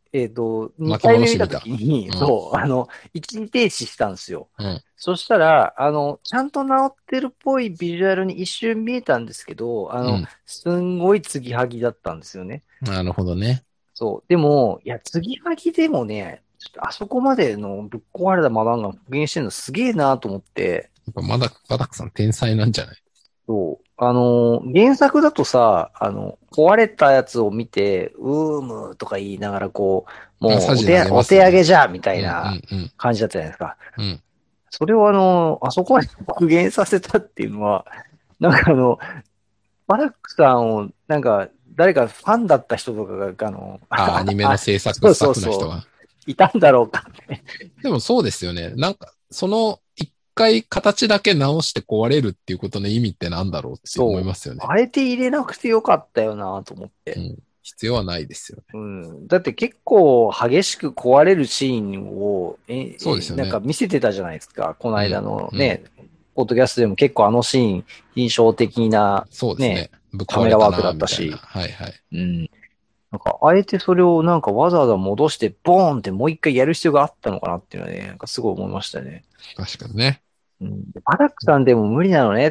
2 巻き回目見た戻してみた。 ときに、 うん。 そう、一時停止したんですよ。 うん。 そしたら、ちゃんと治ってるっぽいビジュアルに一瞬見えたんですけど、 うん。 すんごい継ぎはぎだったんですよね。 なるほどね。 そう。でも、いや、継ぎはぎでもね、ちょっとあそこまでのぶっ壊れたマダンが復元してるのすげえなと思って、 やっぱマダックさん天才なんじゃない？ そう。原作だとさ、壊れたやつを見て、うーむとか言いながら、こう、 あ、 もうサジ投げお手ますよね。 上げじゃ、みたうんういなんうん。 感じだったじゃないですか。 うん。 それをあそこまで復元させたっていうのは、なんかバラックさんを、なんか、誰かファンだった人とかが、 あ、アニメの制そう作スタッそうそう、 フの人が。 いたんだろうかって。 でもそうですよね。なんか、その一回形だけ直して壊れるっていうことの意味ってなんだろうって思いそう。 ますよね。 あえて入れなくてよかったよなと思って。 うん。必要はないですよね。 うん。だって結構激しく壊れるシーンを、なんそうですよね。 か見せてたじゃないですか。このうん。 間のうん。 ね、ポッドキャストでも結構あのシーン印象的なね、 そうですね。ぶっカ壊れたメラワークだなみたいな。 ったし。 はいはい。 うん。なんか、あえてそれをなんかわざわざ戻してボーンってもう一回やる必要があったのかなっていうのはね、なんかすごい思いましたね。 確かにね。 うん。バラックさんでも無理なのねって、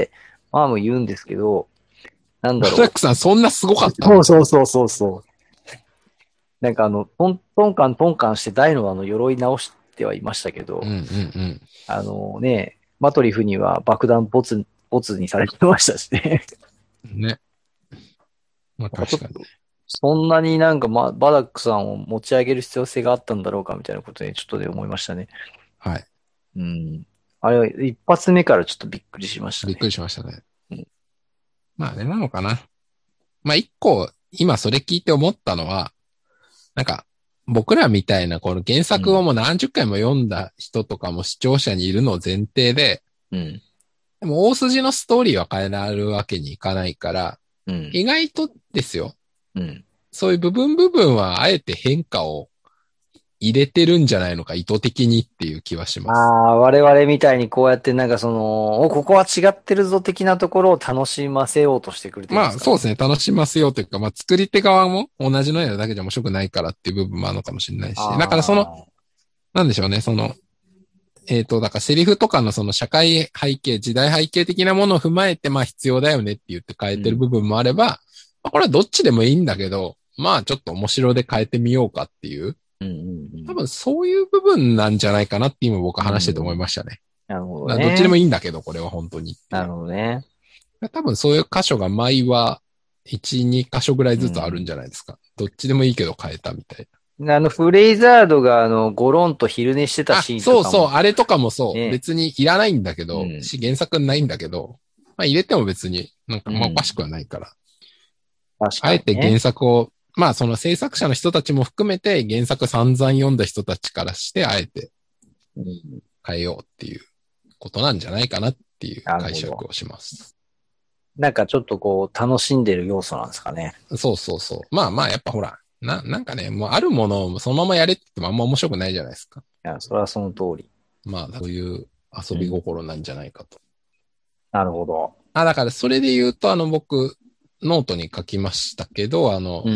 まあも言うんですけど、なんマだろダックさんそんなすごかっう。そうたの？ そうそうそうそう。なんかトンカンして大の鎧直してはいましたけど、 うんうんマトリフには爆弾ボツにされてましたしね。 うん。ね。まあなんかちょ確かにね。 っと、そんなになんか、バダックさんを持ち上げる必要性があったんだろうかみたいなことで、ちょっとで思いましたね。 はい。 うん。あれは一発目からちょっとびっくりしましたね。 びっくりしましたね。 うん。 まああれなのかな。まあ一個、今それ聞いて思ったのは、なんか、僕らみたいなこの原作をもう何十回も読んだ人とかも視聴者にいるのを前提で、 うん。 でも大筋のストーリーは変えられるわけにいかないから、 うん。 意外とですよ。 うん。 そういう部分はあえて変化を入れてるんじゃないのか、意図的にっていう気はしあます。 あ、我々みたいにこうやってなんかここは違ってるぞ的なところを楽しませようとしてくれてるんですかね。 まあそうですね、楽しませようというか、まあ作り手側も同じのやるだけじゃ面白くないからっていう部分もあるのかもしれないし、だからああ、 なんでしょうね、だからセリフとかのその社会背景、時代背景的なものを踏まえて、まあ必要だよねって言って変えうん。 てる部分もあれば、まあこれはどっちでもいいんだけど、まあちょっと面白で変えてみようかっていう、 うんうん多分そういう部分なんじゃないかなって今僕はうん。 話してて思いうん。 ましたね。 なるほどだからどっちでもね。 いいんだけど、これは本当にってなるいう。 ほどね。 多分そういう箇所が毎話1、2箇所ぐらいずつあるんうん。 じゃないですか。どっちでもいいけど変えたみたいフレイザードがゴロンと昼寝してたな。あ、 シーンとそうそう、 かも、 あれとかもそう。 ね。 別にいらないんだけど、 うん。 原作ないんだけど、まあ入れても別になんかうまあおかしくん。 はないから。 確あえて原かにね。 作を、まあその制作者の人たちも含めて原作散々読んだ人たちからしてあえてうん。 変えようっていうことなんじゃないかなっていうなるほど。 解釈をします。 なんかちょっとこう、楽しんでる要素なんですかね。 そうそうそう。まあまあやっぱほら、なんかね、もうあるものをそのままやれって言ってもあんま面白くないじゃないですか。 いや、それはその通り。 まあそういう遊びうん。 心なんじゃないかと。 なるほど。 あ、だからそれで言うと僕、ノートに書きましたけど、 うん。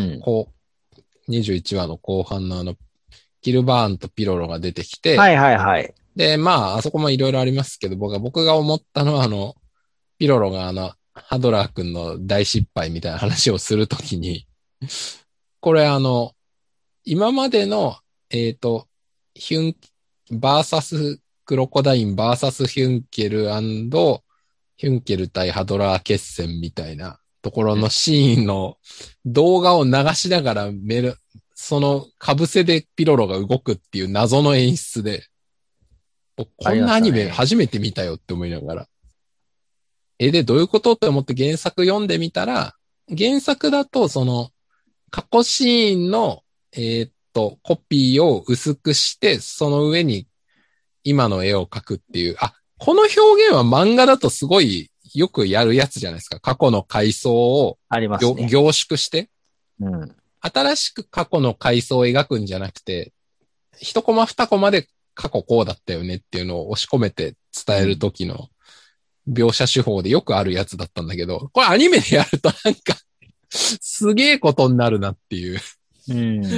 21話の後半のキルバーンとピロロが出てきて、 はいはいはい。 で、まあ、あそこもいろいろありますけど、僕が思ったのはピロロがハドラー君の大失敗みたいな話をするときに、これ今までの、ヒュン、バーサスクロコダインバーサスヒュンケルヒュンケル対ハドラー決戦みたいなところのシーンの動画を流しながらその被せでピロロが動くっていう謎の演出で、こありまんなアニメしたね。 初めて見たよって思いながら。で、どういうことって思って原作読んでみたら、原作だと過去シーンの、コピーを薄くして、その上に今の絵を描くっていう、あ、この表現は漫画だとすごいよくやるやつじゃないですか。過去の回想をありますね。 凝縮して、 うん。 新しく過去の回想を描くんじゃなくて、一コマ二コマで過去こうだったよねっていうのを押し込めて伝えるうん。 時の描写手法でよくあるやつだったんだけど、これアニメでやるとなんかすげえことになるなっていう。 うん。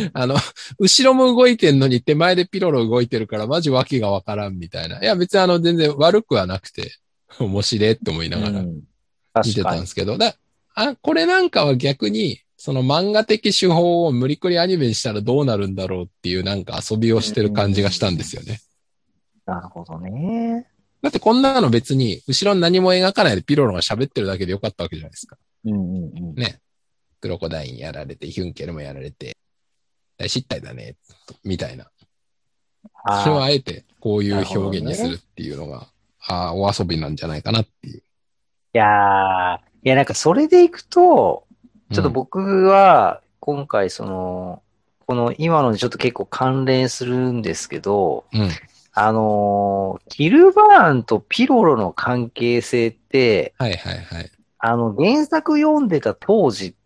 後ろも動いてんのに手前でピロロ動いてるからマジわけがわからんみたいな。いや別に全然悪くはなくて、面白いって思いながらうん。 見て確かに。 たんですけど、これなんかは逆に、その漫画的手法を無理くりアニメにしたらどうなるんだろうっていうなんか遊びをしてる感じがしたんですうん。 よね。 なるほどね。 だってこんなの別に後ろに何も描かないでピロロが喋ってるだけでよかったわけじゃないですか。 うんうんうん。 ね。クロコダインやられて、ヒュンケルもやられて、大失態だね、みたいな。それをああ、 あえてこういうなるほどね。 表現にするっていうのが、お遊びなんじゃないかなっていう。 いやー、いやなんかそれでいくと、ちょっとうん。 僕は今回この今のにちょっと結構関連するんですけど、 うん。 キルバーンとピロロの関係性って、 はいはいはい。 原作読んでた当時って、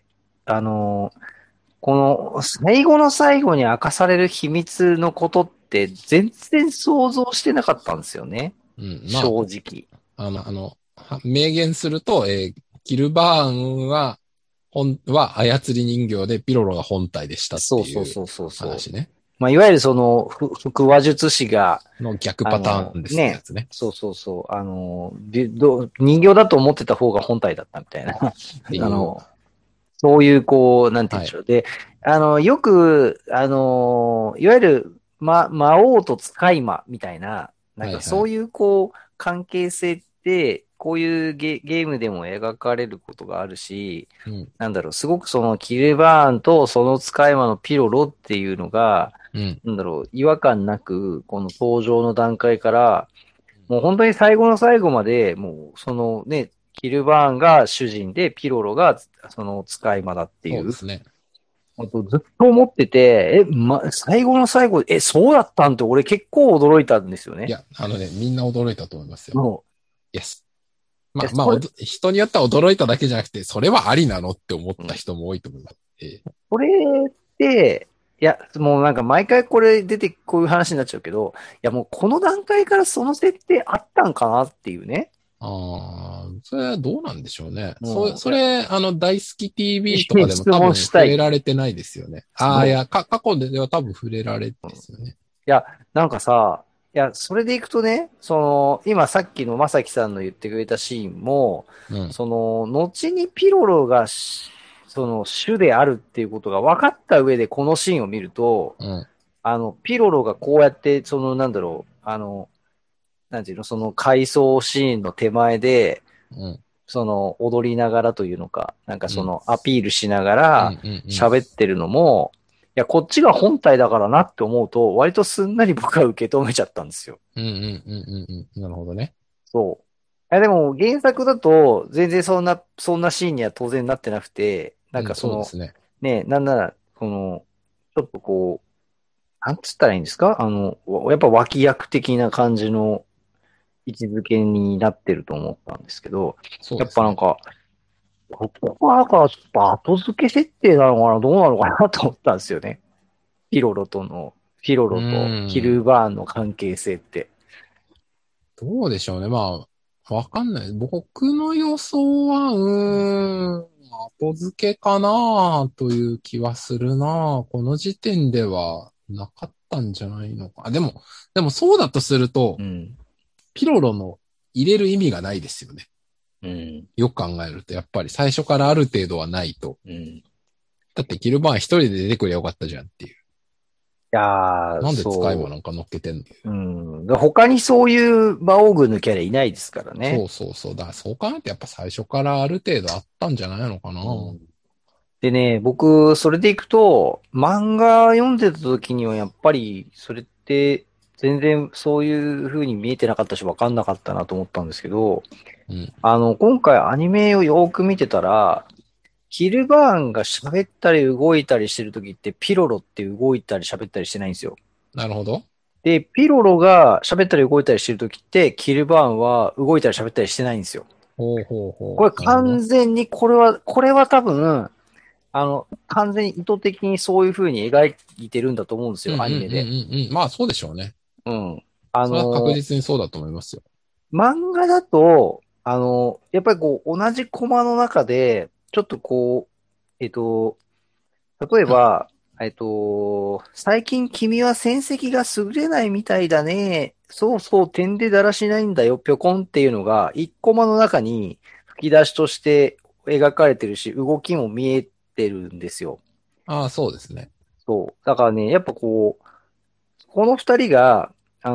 あのーこの最後の最後に明かされる秘密のことって全然想像してなかったんですよね。 うん。ま正直。 明言すると、キルバーンは操り人形でピロロが本体でしたっていうそうそうそうそうそう。 話ね。 まあ、いわゆる腹話術師が、 の逆パターンですってやつね。 そうそうそう、人形だと思ってた方が本体だったみたいな。 っていう。 そういう、こう、なんて言うんはい。 でしょう。で、よく、いわゆる、魔王と使い魔みたいな、なんはいはい。 かそういう、こう、関係性って、こういうゲームでも描かれることがあるし、 うん。 なんだろう、すごくそのキルバーンとその使い魔のピロロっていうのが、 うん。 なんだろう、違和感なく、この登場の段階から、もう本当に最後の最後まで、もうそのね、キルバーンが主人で、ピロロがその使い魔だっていう、 そうですね。 あとずっと思ってて、最後の最後、そうだったんって俺結構驚いたんですよね。 いや、みんな驚いたと思いますよ。 もイエス。 う、 まあ、人によっては驚いただけじゃなくて、それはありなのって思ったうん人も多いと思います。 これって、いや、もうなんか毎回これ出てこういう話になっちゃうけど、いやもうこの段階からその設定あったんかなっていうね。 それはどうなんでしょうね。 もう、いや、 それ、大好き TV とかでも質多分触れ問したい。 られてないですよね。いそう。 や、過去では多分触れられですよね。 いや、なんかさ、いや、それでいくとね、今さっきのまさきさんの言ってくれたシーンも、 うん。 後にピロロが主であるっていうことが分かった上でこのシーンを見ると、 うん。 ピロロがこうやって、なんだろう、なんていうの、その回想シーンの手前で、 うん。 踊りながらというのか、なんかうん。 アピールしながうん。 らうん。うん。 喋ってるのも、いや、こっちが本体だからなって思うと、割とすんなり僕は受け止めちゃったんですよ。 うん。うん。うん。うん。なるほどね。 そう。でも原作だと、全然そんなシーンには当然なってなくて、なんうん。 かそうですね。 ね、なんなら、ちょっとこう、なんつったらいいんですかやっぱ脇役的な感じの位置づけになってると思ったんですけど、やそうですね。 っぱなんか、ここはなんかちょっと後付け設定なのかな、どうなのかなと思ったんですよね。ピロロとの、ピロうロとキーん。 ルバーンの関係性って。 どうでしょうね。まあ、わかんない。僕の予想は、後付けかなという気はするな。この時点ではなかったんじゃないのか。でもそうだとすると、 うん。 ピロロの入れる意味がないですよね。 うん。 よく考えると、やっぱり最初からある程度はないと。 うん。いだってキルバーン一人で出てくればよかったじゃんっていう。 やー、 なんで使い魔そなんか乗っけてんの？ う。うん。他にそういう魔王軍のキャラいないですからね。 そうそうそう。だからそう考えてやっぱ最初からある程度あったんじゃないのかな。 うん。でね、僕、それでいくと、漫画読んでた時にはやっぱり、それって、全然そういう風に見えてなかったし、わかんなかったなと思ったんですけど、 うん。 今回アニメをよーく見てたら、キルバーンが喋ったり動いたりしてる時って、ピロロって動いたり喋ったりしてないんですよ。 なるほど。 で、ピロロが喋ったり動いたりしてる時って、キルバーンは動いたり喋ったりしてないんですよ。 ほうほうほこれう。なるほど。 完全に、これは多分、完全に意図的にそういう風に描いてるんだと思うんですよ、 うんうんうんアニメで。 うんうん。まあそうでしょうね。 うん。あそれは確の、 実にそうだと思いますよ。 漫画だと、やっぱりこう、同じコマの中で、ちょっとこう、 例えば、最近君は戦績が優れないみたいだね。そうそう、点でだらしないんだよ、ぴょこんっていうのが、一コマの中に吹き出しとして描かれてるし、動きも見えてるんですよ。 ああ、そうですね。 そう。だからね、やっぱこの二人が、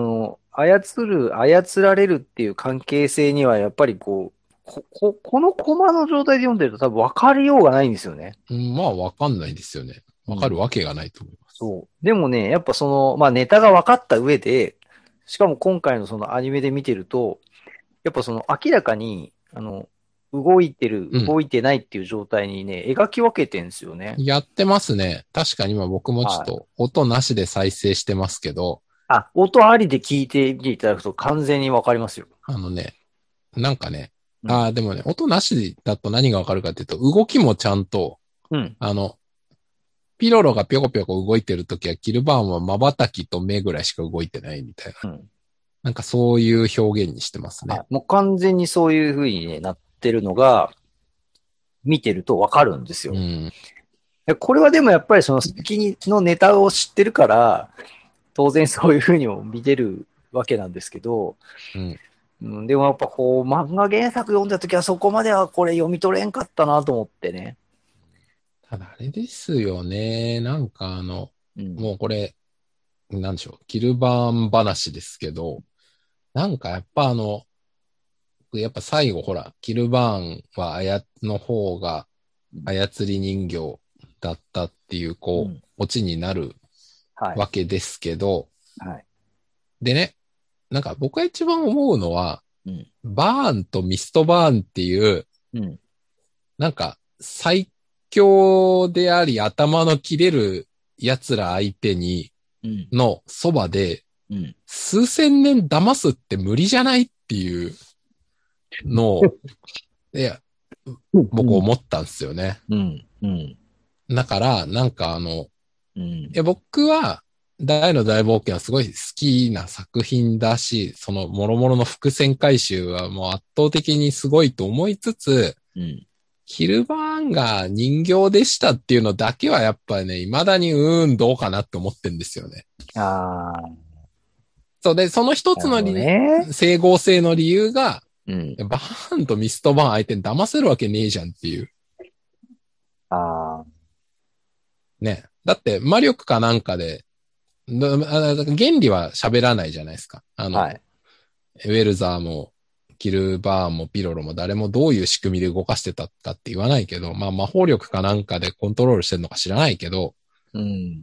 操られるっていう関係性には、やっぱりこのコマの状態で読んでると多分分かりようがないんですよね。 うん、まあ、わかんないですよね。わかるうん。 わけがないと思います。 そう。でもね、やっぱまあネタが分かった上で、しかも今回のそのアニメで見てると、やっぱ明らかに、動いてる、 うん。 動いてないっていう状態にね、描き分けてんですよね。 やってますね。確かに今僕もちょっはい。 と音なしで再生してますけど、 あ、音ありで聞いてみていただくと完全に分かりますよ。 あのね、なんかね、 うん。 でもね、音なしだと何がわかるかっていうと、動きもちゃんと、 うん。 あの、ピロロがぴょこぴょこ動いてるときは、キルバーンは瞬きと目ぐらいしか動いてないみたいな。 うん。 なんかそういう表現にしてますね。 はい。もう完全にそういう風に、ね、なってるのが、見てるとわかるんですよ。 うん。 でこれはでもやっぱりその先のネタを知ってるから、当然そういう風にも見てるわけなんですけど、 うん。 うん、でもやっぱ漫画原作読んだ時はそこまではこれ読み取れんかったなと思ってね。 ただあれですよね。なんかうん。 もうこれ、なんでしょう。キルバーン話ですけど、なんかやっぱやっぱ最後ほら、キルバーンはの方が操り人形だったっていう、 うん。 オチになるはい。 わけですけど、 はい。 でね、なんか僕が一番思うのは、 うん。 バーンとミストバーンっていう、 うん。 なんか最強であり頭の切れる奴ら相手うん。 のそばで、 うん。 数千年騙すって無理じゃないっていうのを、いや、 うん。 僕思ったんですよね。 うん。うん。 だから、なんかうん。 僕は、大の大冒険はすごい好きな作品だし、その諸々の伏線回収はもう圧倒的にすごいと思いつつ、 うん。 キルバーンが人形でしたっていうのだけはやっぱりね、未だにどうかなって思ってんですよね。 ああ、 そうで、その一なるほどつのね。 整合性の理由が、 うん。 バーンとミストバーン相手に騙せるわけねえじゃんっていう。 ああ、 ね。だって、魔力かなんかで、原理は喋らないじゃないですか。 はい。 ウェルザーも、キルバーンもピロロも誰もどういう仕組みで動かしてたかって言わないけど、まあ魔法力かなんかでコントロールしてるのか知らないけど、 うん。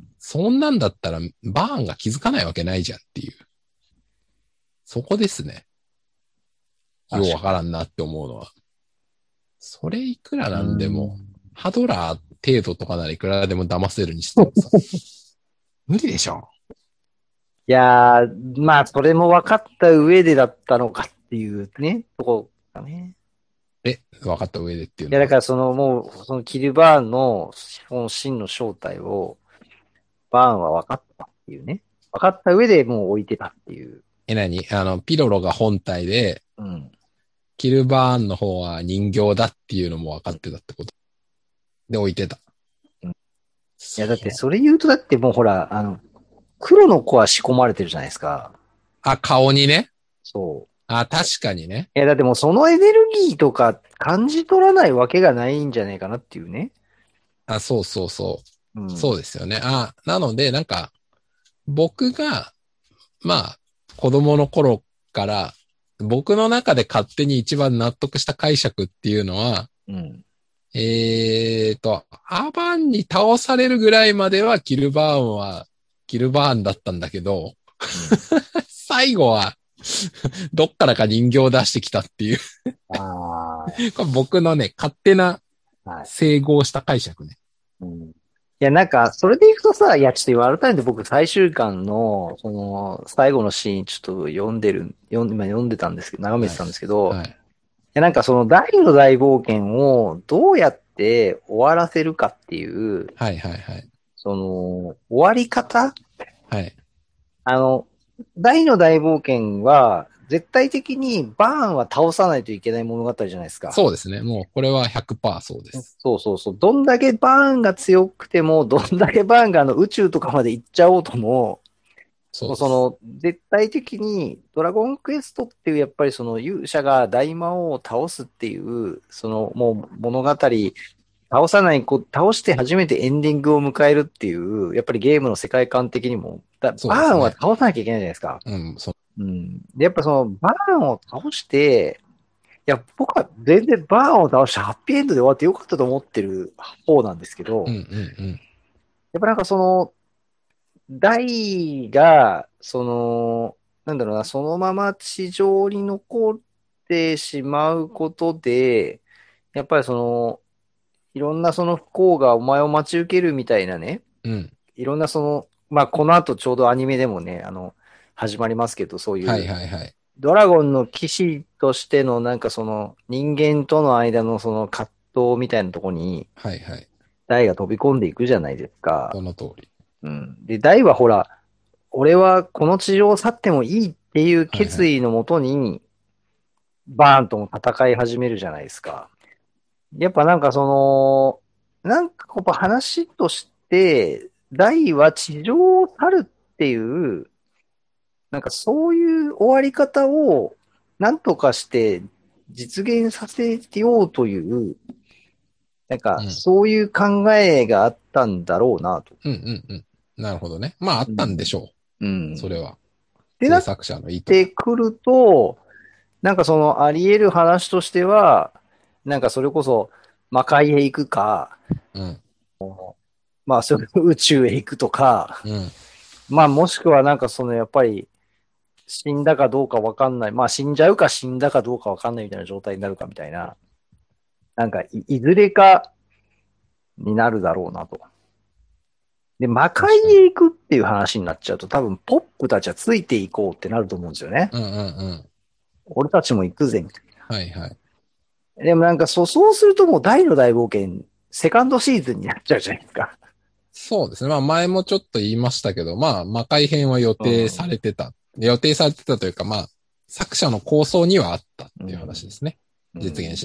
そんなんだったらバーンが気づかないわけないじゃんっていう。そこですね。ようわ確かからんなって思うのは。それいくらに。うなんでも、 ん。 ハドラー程度とかならいくらでも騙せるにしてもさ、無理でしょ。 いやー、まあ、それも分かった上でだったのかっていうね、とこだね。 分かった上でっていういや、だのは。 からもう、そのキルバーンの、その真の正体を、バーンは分かったっていうね。分かった上でもう置いてたっていう。 何ピロロが本体で、 うん。 キルバーンの方は人形だっていうのも分かってたってこと。で置いてた。 うん。いや、だってそう。 それ言うと、だってもうほら、黒の子は仕込まれてるじゃないですか。 あ、顔にね。 そう。 あ、確かにね。 いや、だってもうそのエネルギーとか感じ取らないわけがないんじゃないかなっていうね。 あ、そうそうそう。そううん。 ですよね。あ、なので、なんか、僕が、まあ、子供の頃から、僕の中で勝手に一番納得した解釈っていうのは、 うん。 アバンに倒されるぐらいまではキルバーンはキルバーンだったんだけど、 うん。 最後はどっからか人形を出してきたっていうあこれ僕のね、勝手なあ、はい。 整合した解釈ね。 うん。いや、なんか、それでいくとさ、いや、ちょっと今改めて僕最終巻の、最後のシーンちょっと今読んでたんですけど、眺めはい。 てたんですけど、 はい。 いや、なんかその大の大冒険をどうやって終わらせるかっていう、 はいはいはい。 終わり方はい。 あの、大の大冒険は絶対的にバーンは倒さないといけない物語じゃないですか。 そうですね。もうこれは100%そうです。 そうそうそう。どんだけバーンが強くても、どんだけバーンが宇宙とかまで行っちゃおうとも、 そうです。 絶対的に、ドラゴンクエストっていう、やっぱりその勇者が大魔王を倒すっていう、もう物語、倒して初めてエンディングを迎えるっていう、やっぱりゲームの世界観的にも、バーンはそうですね。 倒さなきゃいけないじゃないですか。 うん、 うん。で、やっぱバーンを倒して、いや、僕は全然バーンを倒してハッピーエンドで終わってよかったと思ってる方なんですけど、 うんうんうん。 やっぱなんかダイが、なんだろうな、そのまま地上に残ってしまうことで、やっぱりいろんなその不幸がお前を待ち受けるみたいなね、 うん。 いろんなまあこの後ちょうどアニメでもね、始まりますけど、そういはいう、 はいはい。 ドラゴンの騎士としてのなんか人間との間のその葛藤みたいなところに、 はいはい。 ダイが飛び込んでいくじゃないですか。 その通り。 うん。で、ダイはほら、俺はこの地上を去ってもいいっていうはいはい。 決意のもとに、バーンとも戦い始めるじゃないですか。やっぱなんかなんかこう話として、大は地上を去るっていう、なんかそういう終わり方をなんとかして実現させようという、なんかうん。 そういう考えがあったんだろうなと。 うんうんうん。なるほどね。まああったんでうん。 しょうう。それん。 は。 でなっ制作者の意図てが。 くると、なんかあり得る話としては、なんかそれこそ魔界へ行くか、 うん。 まあ、宇宙へ行くとか、 うん。 まあ、もしくはなんかやっぱり、死んだかどうかわかんない。まあ、死んじゃうか死んだかどうかわかんないみたいな状態になるかみたいな。なんかいずれかになるだろうなと。で、魔界確かに。 へ行くっていう話になっちゃうと、多分、ポップたちはついていこうってなると思うんですよね。 うんうんうん。 俺たちも行くぜ、みたいはいはい。 な。でもなんかそうするともう大の大冒険、セカンドシーズンになっちゃうじゃないですか。 そうですね。まあ前もちょっと言いましたけど、まあ魔界編は予定さうん。 れてた。予定されてたというか、まあ作者の構想にはあったっていう話でうん。 すね。 うん。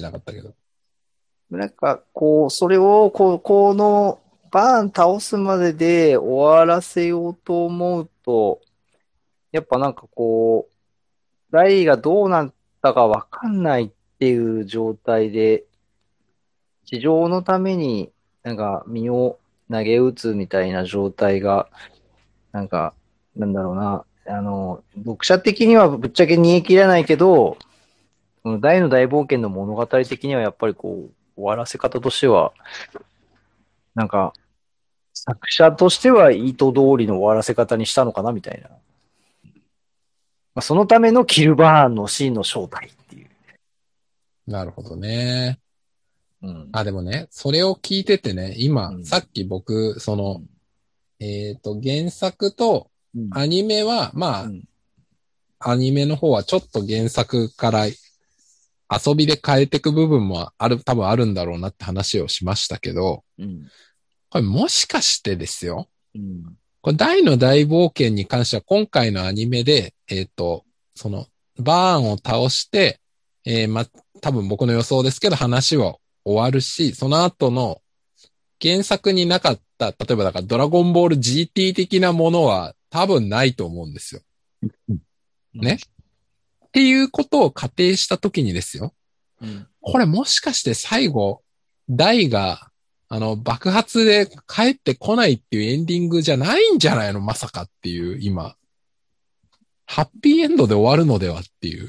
実現しなかったけど。 なんか、それを、バーン倒すまでで終わらせようと思うと、やっぱなんかライがどうなったかわかんないっていう状態で、地上のためになんか身を投げ打つみたいな状態が、なんか、なんだろうな、読者的にはぶっちゃけ煮え切らないけど、この大の大冒険の物語的にはやっぱり終わらせ方としては、なんか、作者としては意図通りの終わらせ方にしたのかなみたいな。まあ、そのためのキルバーンのシーンの正体っていう。 なるほどね。 うん。 あ、でもね、それを聞いててね、今、 うん。 さっき僕、 うん。 原作とうん。 アニメは、まあ、 うん。 アニメの方はちょっと原作から遊びで変えていく部分も多分あるんだろうなって話をしましたけど、 うん。 これもしかしてですよ。 うん。 これ大の大冒険に関しては今回のアニメで、その、バーンを倒して、多分僕の予想ですけど話は終わるし、その後の原作になかった、例えばだからドラゴンボール GT 的なものは多分ないと思うんですよ。 うん。 ね。っていうことを仮定したときにですよ。 うん。 これもしかして最後、ダイが、爆発で帰ってこないっていうエンディングじゃないんじゃないのまさかっていう、今、ハッピーエンドで終わるのではっていう、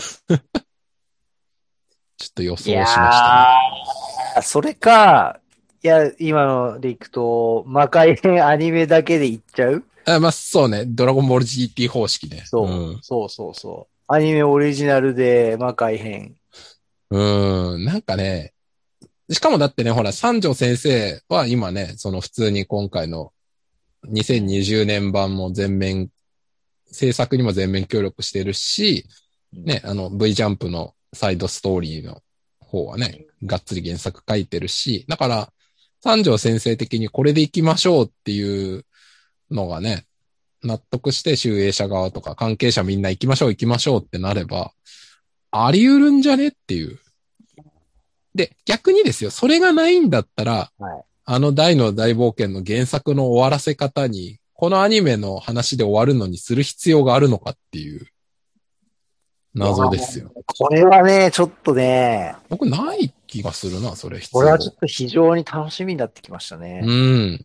ちょっと予い想しましたやね。 ー、それか、いや、今のでいくと、魔界編アニメだけでいっちゃう。 まあ、そうね。ドラゴンボール GT 方式ね。うそう、 ん。 そうそうそう。アニメオリジナルで魔界編。 なんかね、しかもだってね、ほら、三条先生は今ね、その普通に今回のうん。 2020年版も制作にも全面協力してるし、 うん。 ね、V ジャンプのサイドストーリーの方はね、がっつり原作書いてるし、だから、三条先生的にこれで行きましょうっていうのがね、 納得して集英社側とか関係者みんな行きましょうってなれば、あり得るんじゃねっていう。で、逆にですよ、それがないんだったら、 はい。 大の大冒険の原作の終わらせ方に、このアニメの話で終わるのにする必要があるのかっていう謎ですよ。 これはね、ちょっとね、 僕ない気がするな、それ必要。 これはちょっと非常に楽しみになってきましたね。 うん。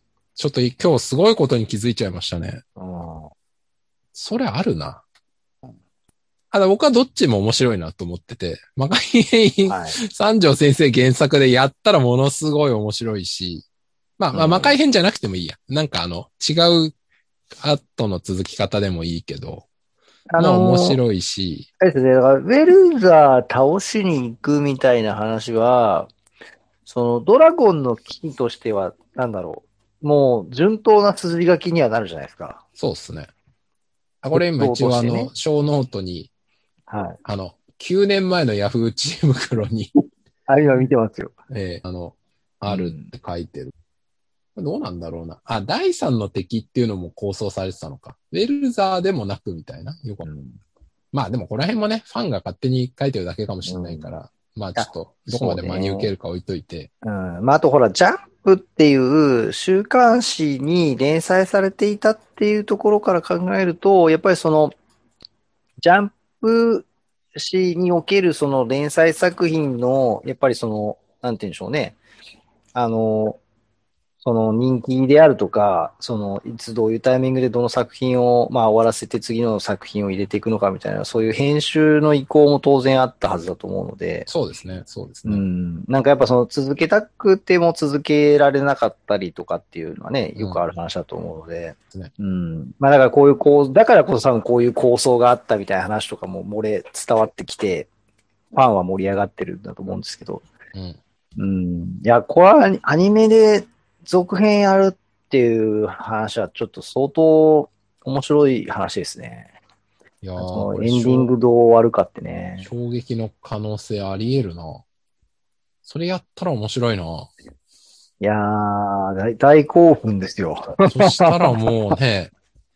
ちょっと今日すごいことに気づいちゃいましたね。 うん。 それあるな。僕はどっちも面白いなと思ってて、魔界編はい。 三条先生原作でやったらものすごい面白いし、魔界編じゃなくてもいいや。なんか違う後の続き方でもいいけど、面白いし。 あれですね、だからウェルザー倒しに行くみたいな話は、そのドラゴンの木としては、なんだろう。もう順当な筋書きにはなるじゃないですか。 そうっすね。これ今一応小ノートに、 はい。 9年前のヤフー知恵袋に今見てますよ。 あるって書いてる。どうなんだろうな。第3の敵っていうのも構想されてたのか。ウェルザーでもなくみたいな。でもこの辺もね、ファンが勝手に書いてるだけかもしれないから、ちょっと、どこまで真に受けるか置いといて。 あとほら、ジャンプっていう週刊誌に連載されていたっていうところから考えると、やっぱりその、ジャンプ誌におけるその連載作品の、やっぱりその、なんて言うんでしょうね。あの、その人気であるとか、その、いつどういうタイミングでどの作品を、終わらせて次の作品を入れていくのかみたいな、そういう編集の意向も当然あったはずだと思うので、 そうですね。 なんかやっぱその続けたくても続けられなかったりとかっていうのはね、よくある話だと思うので、だからだからこそ多分こういう構想があったみたいな話とかも伝わってきて、ファンは盛り上がってるんだと思うんですけど、いや、これはアニメで続編やるっていう話はちょっと相当面白い話ですね。 いやー、 エンディングどう終わるかってね。 衝撃の可能性あり得るな。それやったら面白いな。 いやー、大興奮ですよ。 そしたらもうね、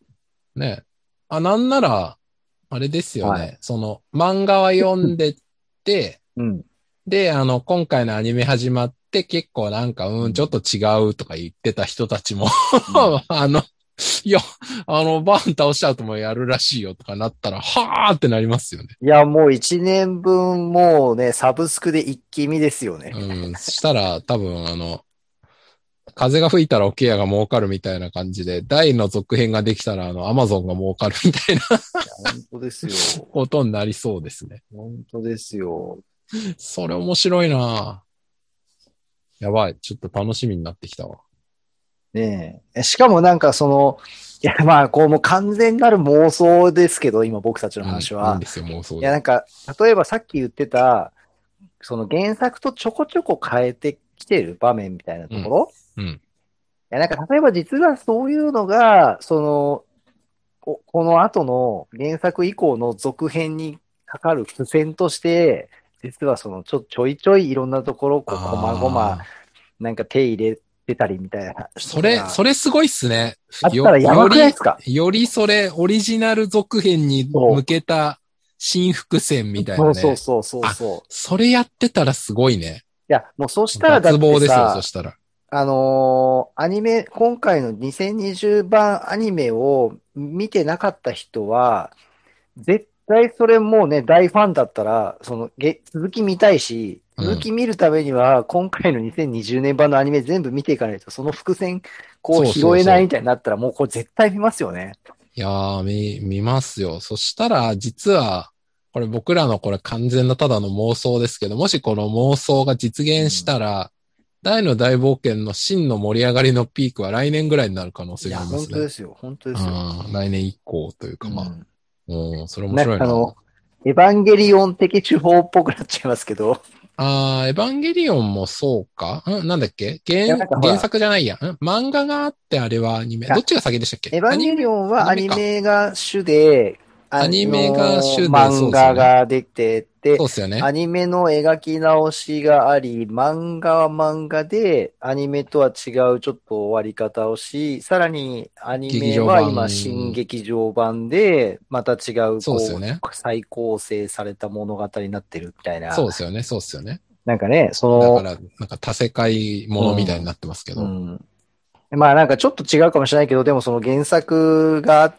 なんなら、あれですよね。 はい、 その、漫画は読んでて、 うんで、今回のアニメ始まって結構なんか、ちょっと違うとか言ってた人たちもいや、バーン倒しちゃうともやるらしいよとかなったら、はーってなりますよね。 いや、もう1年分もうね、サブスクで一気見ですよね。 そしたら多分風が吹いたらオケアが儲かるみたいな感じで、大の続編ができたらアマゾンが儲かるみたいな本当ですよ。 ことになりそうですね。 本当ですよ。 それ面白いなやばい。ちょっと楽しみになってきたわ。 ねえ。しかもなんかいや、こうもう完全なる妄想ですけど、今僕たちの話は。 いいんですよ、妄想で。 いや、なんか、例えばさっき言ってた、その原作とちょこちょこ変えてきてる場面みたいなところ、いや、なんか例えば実はそういうのが、この後の原作以降の続編にかかる付箋として、実はちょいちょいいろんなところ、こまごま、なんか手入れてたりみたいな。 それすごいっすね。 あったらやばくないですか？ よりそれ、オリジナル続編に向けた新伏線みたいなね。 そう。 それやってたらすごいね。 いや、もうそしたらだってさ、 脱帽ですよ、そしたら。 アニメ、今回の2020版アニメを見てなかった人は、絶対それもうね、大ファンだったら、続き見たいし、続き見るためには、今回の2020年版のアニメ全部見ていかないと、その伏線、拾えないみたいになったら、もうこれ絶対見ますよね。 いやー、見ますよ。そしたら、実は、これ僕らのこれ完全なただの妄想ですけど、もしこの妄想が実現したら、大の大冒険の真の盛り上がりのピークは来年ぐらいになる可能性がありますね。 いや、本当ですよ。 来年以降というか、それ面白いな。 エヴァンゲリオン的手法っぽくなっちゃいますけど。 エヴァンゲリオンもそうかなんだっけ原作じゃないや。漫画があってあれはアニメ。どっちが先でしたっけ？ エヴァンゲリオンはアニメが主で、 アニメが主で、 漫画が出てて、 そうっすよね。 アニメの描き直しがあり、漫画は漫画で、アニメとは違うちょっと終わり方をし、さらにアニメは今新劇場版で、また違う、 そうっすよね。 再構成された物語になってるみたいな。 そうっすよね、そうっすよね。 なんかね、 だから、なんか多世界ものみたいになってますけど。 まあなんかちょっと違うかもしれないけど、でもその原作があって、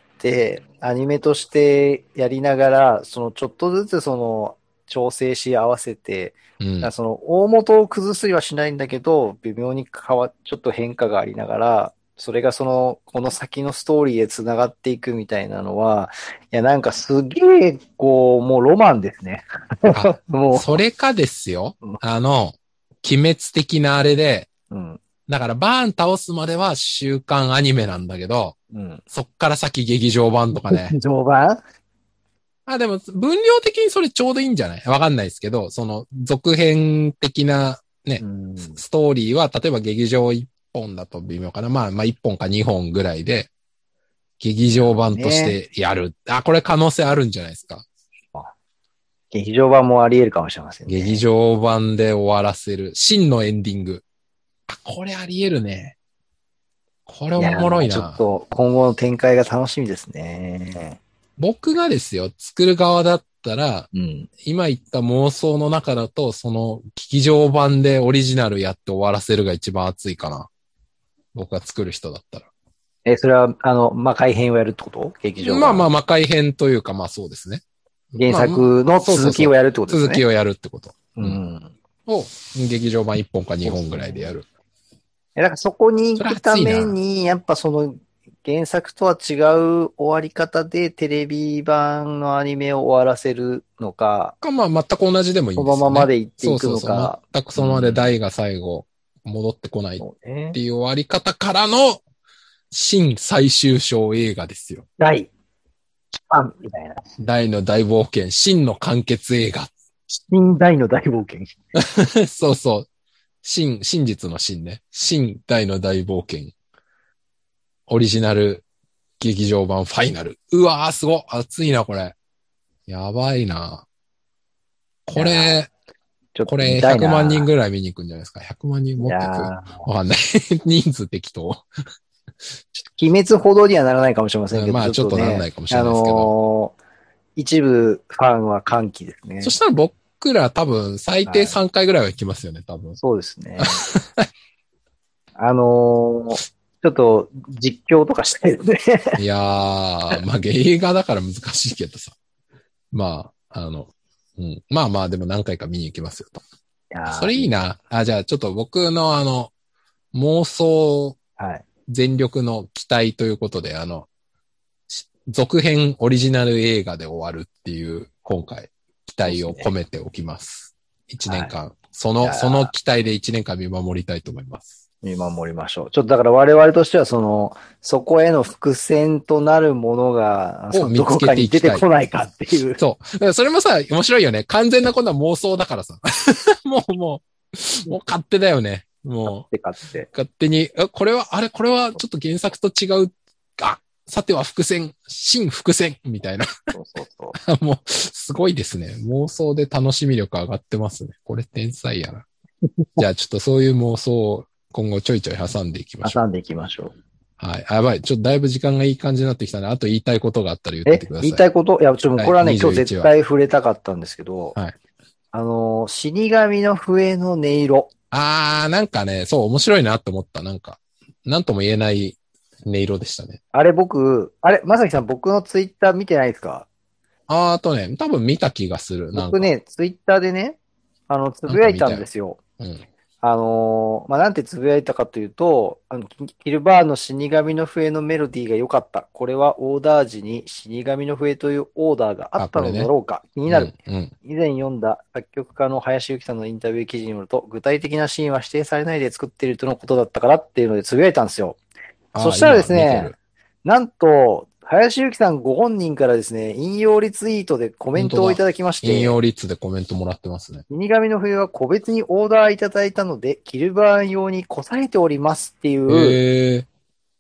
アニメとしてやりながら、そのちょっとずつその調整し合わせて、その大元を崩すりはしないんだけど、微妙にちょっと変化がありながら、それがこの先のストーリーへ繋がっていくみたいなのは、いやなんかすげえ、もうロマンですね。 もう。それかですよ。鬼滅的なあれで、だからバーン倒すまでは週刊アニメなんだけど、そっから先劇場版とかね。 劇場版でも分量的にそれちょうどいいんじゃない？わかんないですけど、その続編的なね、ストーリーは、例えば劇場1本だと微妙かな。まあ1本か2本ぐらいで、劇場版としてやる。これ可能性あるんじゃないですか。 劇場版もあり得るかもしれませんね。 劇場版で終わらせる。真のエンディング。これあり得るね。これおもろいな。 ちょっと今後の展開が楽しみですね。 僕がですよ、作る側だったら、今言った妄想の中だと、その劇場版でオリジナルやって終わらせるが一番熱いかな。僕が作る人だったら。 それは、魔界編をやるってこと劇場版。 魔界編というか、そうですね。 原作の続きをやるってことですね。 続きをやるってこと。を、劇場版1本か2本ぐらいでやる。 だからそこに行くために、やっぱその原作とは違う終わり方でテレビ版のアニメを終わらせるのか。 全く同じでもいいですね。 そのままで行っていくのか。 全くそのままで大が最後戻ってこないっていう終わり方からの新最終章映画ですよ。 大みたいな。 大の大冒険、真の完結映画。 新大の大冒険。 そうそう。真実の真ね。真大の大冒険。オリジナル劇場版ファイナル。うわーすごっ熱いな、これ。やばいな。これ100万人ぐらい見に行くんじゃないですか。100万人持ってく。わかんない。人数適当。 鬼滅ほどにはならないかもしれませんけど。 ちょっとならないかもしれないですけど。 一部ファンは歓喜ですね。 そしたら僕ら多分最低3回ぐらいは行きますよね、多分。 そうですね。ちょっと実況とかしたいですね。 いやー、映画だから難しいけどさ。でも何回か見に行きますよと。それいいな。じゃあちょっと僕の妄想全力の期待ということで、続編オリジナル映画で終わるっていう今回期待を込めておきます。1年間。その期待で1年間見守りたいと思います。 見守りましょう。ちょっとだから我々としてはそこへの伏線となるものが、どこかに出てこないかっていう。 そう。だからそれもさ、面白いよね。完全なことは妄想だからさ。もう勝手だよね。もう。勝手に、これはちょっと原作と違う。さては新伏線みたいな。そう。もう、すごいですね。妄想で楽しみ力上がってますね。これ天才やな。じゃあちょっとそういう妄想を今後ちょいちょい挟んでいきましょう。 挟んでいきましょう。 はい。やばい。ちょっとだいぶ時間がいい感じになってきたので、あと言いたいことがあったら言ってください。 言いたいこと？いや、これはね、今日絶対触れたかったんですけど、はい。死神の笛の音色。 なんかね、そう、面白いなって思った。なんとも言えない音色でしたね。 まさきさん僕のツイッター見てないですか？ 多分見た気がする。 僕ね、ツイッターでね、つぶやいたんですよ。なんてつぶやいたかというと、キルバーンの死神の笛のメロディーが良かった。これはオーダー時に死神の笛というオーダーがあったのだろうか。気になる。以前読んだ作曲家の林由紀さんのインタビュー記事によると、具体的なシーンは指定されないで作っているとのことだったからっていうのでつぶやいたんですよ。そしたらですね、なんと、林由紀さんご本人からですね、引用リツイートでコメントをいただきまして、 引用リツでコメントもらってますね。 死神の笛は個別にオーダーいただいたので、キルバーン用にこさえておりますっていう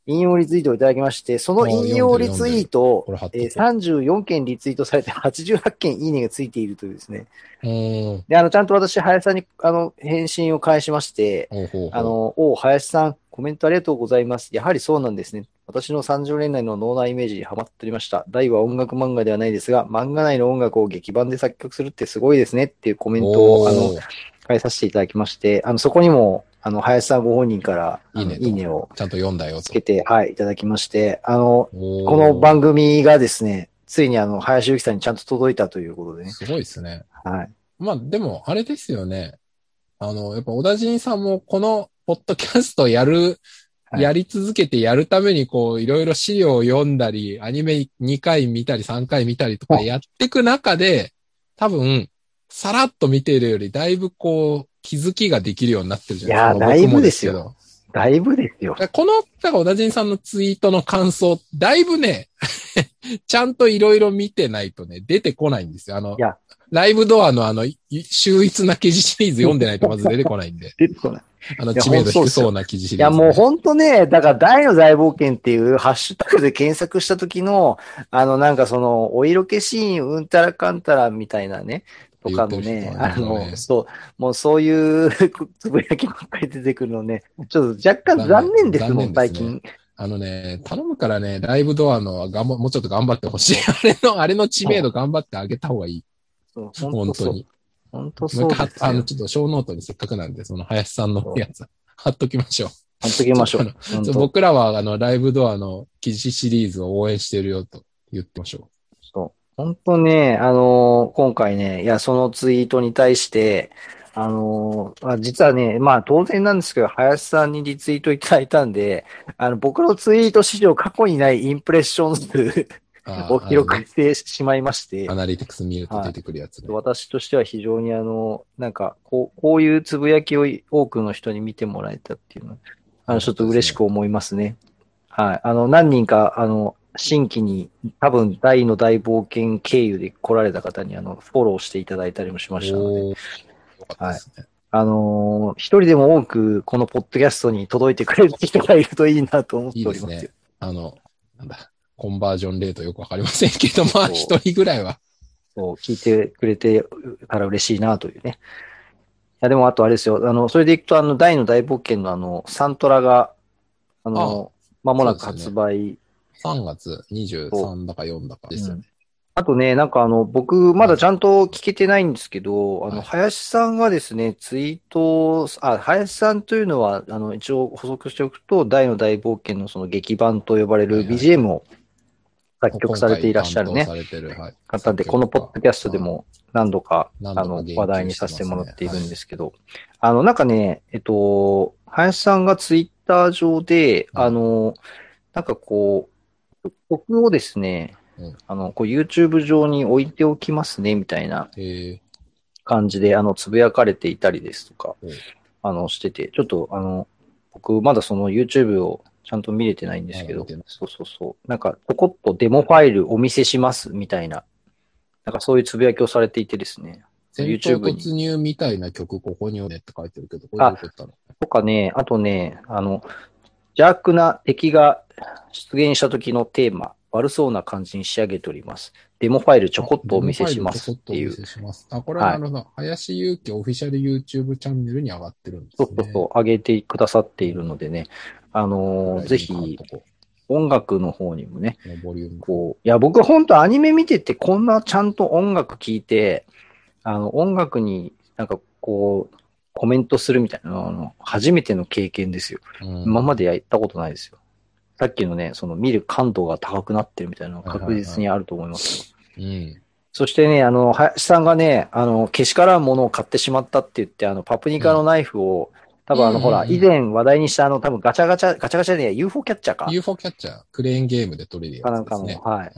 引用リツイートをいただきまして、その引用リツイートを、34件リツイートされて88件いいねがついているというですね。で、ちゃんと私、林さんに、返信を返しまして、林さん、コメントありがとうございます。やはりそうなんですね。私の30年来の脳内イメージにハマっておりました。大は音楽漫画ではないですが、漫画内の音楽を劇版で作曲するってすごいですねっていうコメントを、返させていただきまして、そこにも、林さんご本人から、いいねを、 ちゃんと読んだよつけて、はい、いただきまして、この番組がですね、ついに林由紀さんにちゃんと届いたということでね。 すごいですね。 はい。 まあ、でも、あれですよね。やっぱ小田陣さんもこのポッドキャストやり続けてやるためにこういろいろ資料を読んだり、アニメ2回見たり3回見たりとかやっていく中で、多分、さらっと見ているよりだいぶこう気づきができるようになってるじゃないですか。 いや、だいぶですよ。だいぶですよ。 この、だから小田陣さんのツイートの感想、だいぶね、ちゃんといろいろ見てないとね、出てこないんですよ。ライブドアの秀逸な記事シリーズ読んでないとまず出てこないんで。 出てこない。 知名度低そうな記事シリーズ、 ね。いや、もうほんとね、だから大の大冒険っていうハッシュタグで検索した時の、なんかその、お色気シーン、うんたらかんたらみたいなね、とかのね、そう、もうそういうつぶやきばっかり出てくるのね、ちょっと若干残念ですもん、最近。 頼むからね、ライブドアのもうちょっと頑張ってほしい。あれの知名度頑張ってあげた方がいい。 そう本当に。 本当そうですよ。 ちょっと小ノートにせっかくなんで、その林さんのやつ、貼っときましょう。 貼っときましょう。 僕らはライブドアの記事シリーズを応援してるよと言ってましょう。 そう。本当ね、今回ね、いや、そのツイートに対して、実はね、まあ当然なんですけど、林さんにリツイートいただいたんで、僕のツイート史上過去にないインプレッション数を記録してしまいまして。 アナリティクス見ると出てくるやつね。 私としては非常になんか、こういうつぶやきを多くの人に見てもらえたっていうのは、ちょっと嬉しく思いますね。はい。何人か、新規に多分大の大冒険経由で来られた方にフォローしていただいたりもしましたので。 よかったですね。 一人でも多くこのポッドキャストに届いてくれる人がいるといいなと思っておりますよ。いいですね。 なんだ、コンバージョンレートよくわかりませんけど、まあ一人ぐらいは。 そう、聞いてくれてたら嬉しいなというね。いや、でもあとあれですよ。それでいくと大の大冒険のサントラが、間もなく発売。 3月23だか4だかですよね。 あとね、なんか僕、まだちゃんと聞けてないんですけど、林さんがですね、ツイート、林さんというのは、一応補足しておくと、大の大冒険のその劇版と呼ばれる BGM を作曲されていらっしゃるね。方で、このポッドキャストでも何度か、話題にさせてもらっているんですけど、なんかね、林さんがツイッター上で、なんかこう、曲をですね、こう YouTube 上に置いておきますね、みたいな感じで、つぶやかれていたりですとか、してて、ちょっと、僕、まだその YouTube をちゃんと見れてないんですけど、そう。なんか、ちょこっとデモファイルお見せします、みたいな、なんかそういうつぶやきをされていてですね、 YouTube に。突入みたいな曲、ここにねって書いてるけど、これどう撮ったの？ とかね、あとね、邪悪な敵が出現した時のテーマ、悪そうな感じに仕上げております。デモファイルちょこっとお見せしますっていう。 これは林祐希オフィシャル YouTube チャンネルに上がってるんですね。 そう、上げてくださっているのでね、ぜひ、音楽の方にもね、こう、いや、僕本当アニメ見ててこんなちゃんと音楽聴いて、音楽になんかこう、コメントするみたいな初めての経験ですよ。今までやったことないですよ。さっきのね、その見る感度が高くなってるみたいなのが確実にあると思いますよ。そしてね、林さんがね、けしからんものを買ってしまったって言って、パプニカのナイフを、多分ほら、以前話題にした多分ガチャガチャで UFO キャッチャーか。 UFO キャッチャー、クレーンゲームで取れるやつですね。 はい。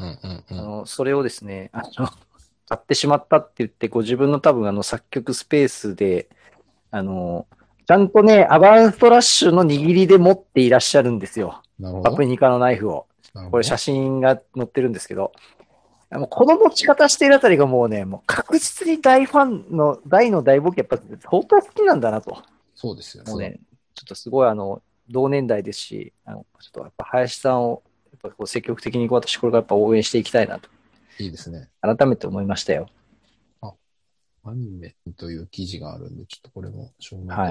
それをですね、買ってしまったって言って、ご自分の多分作曲スペースで、ちゃんとね、アバンストラッシュの握りで持っていらっしゃるんですよ。パプニカのナイフを。これ写真が載ってるんですけど、この持ち方してるあたりがもうね、もう確実に大ファンの大の大冒険やっぱ相当好きなんだなと。 そうですよね。 もうね、ちょっとすごい同年代ですし、ちょっとやっぱ林さんを、やっぱこう積極的に私これからやっぱ応援していきたいなと、 いいですね。 改めて思いましたよ。 あ、アニメという記事があるんで、ちょっとこれも証明で。 はい。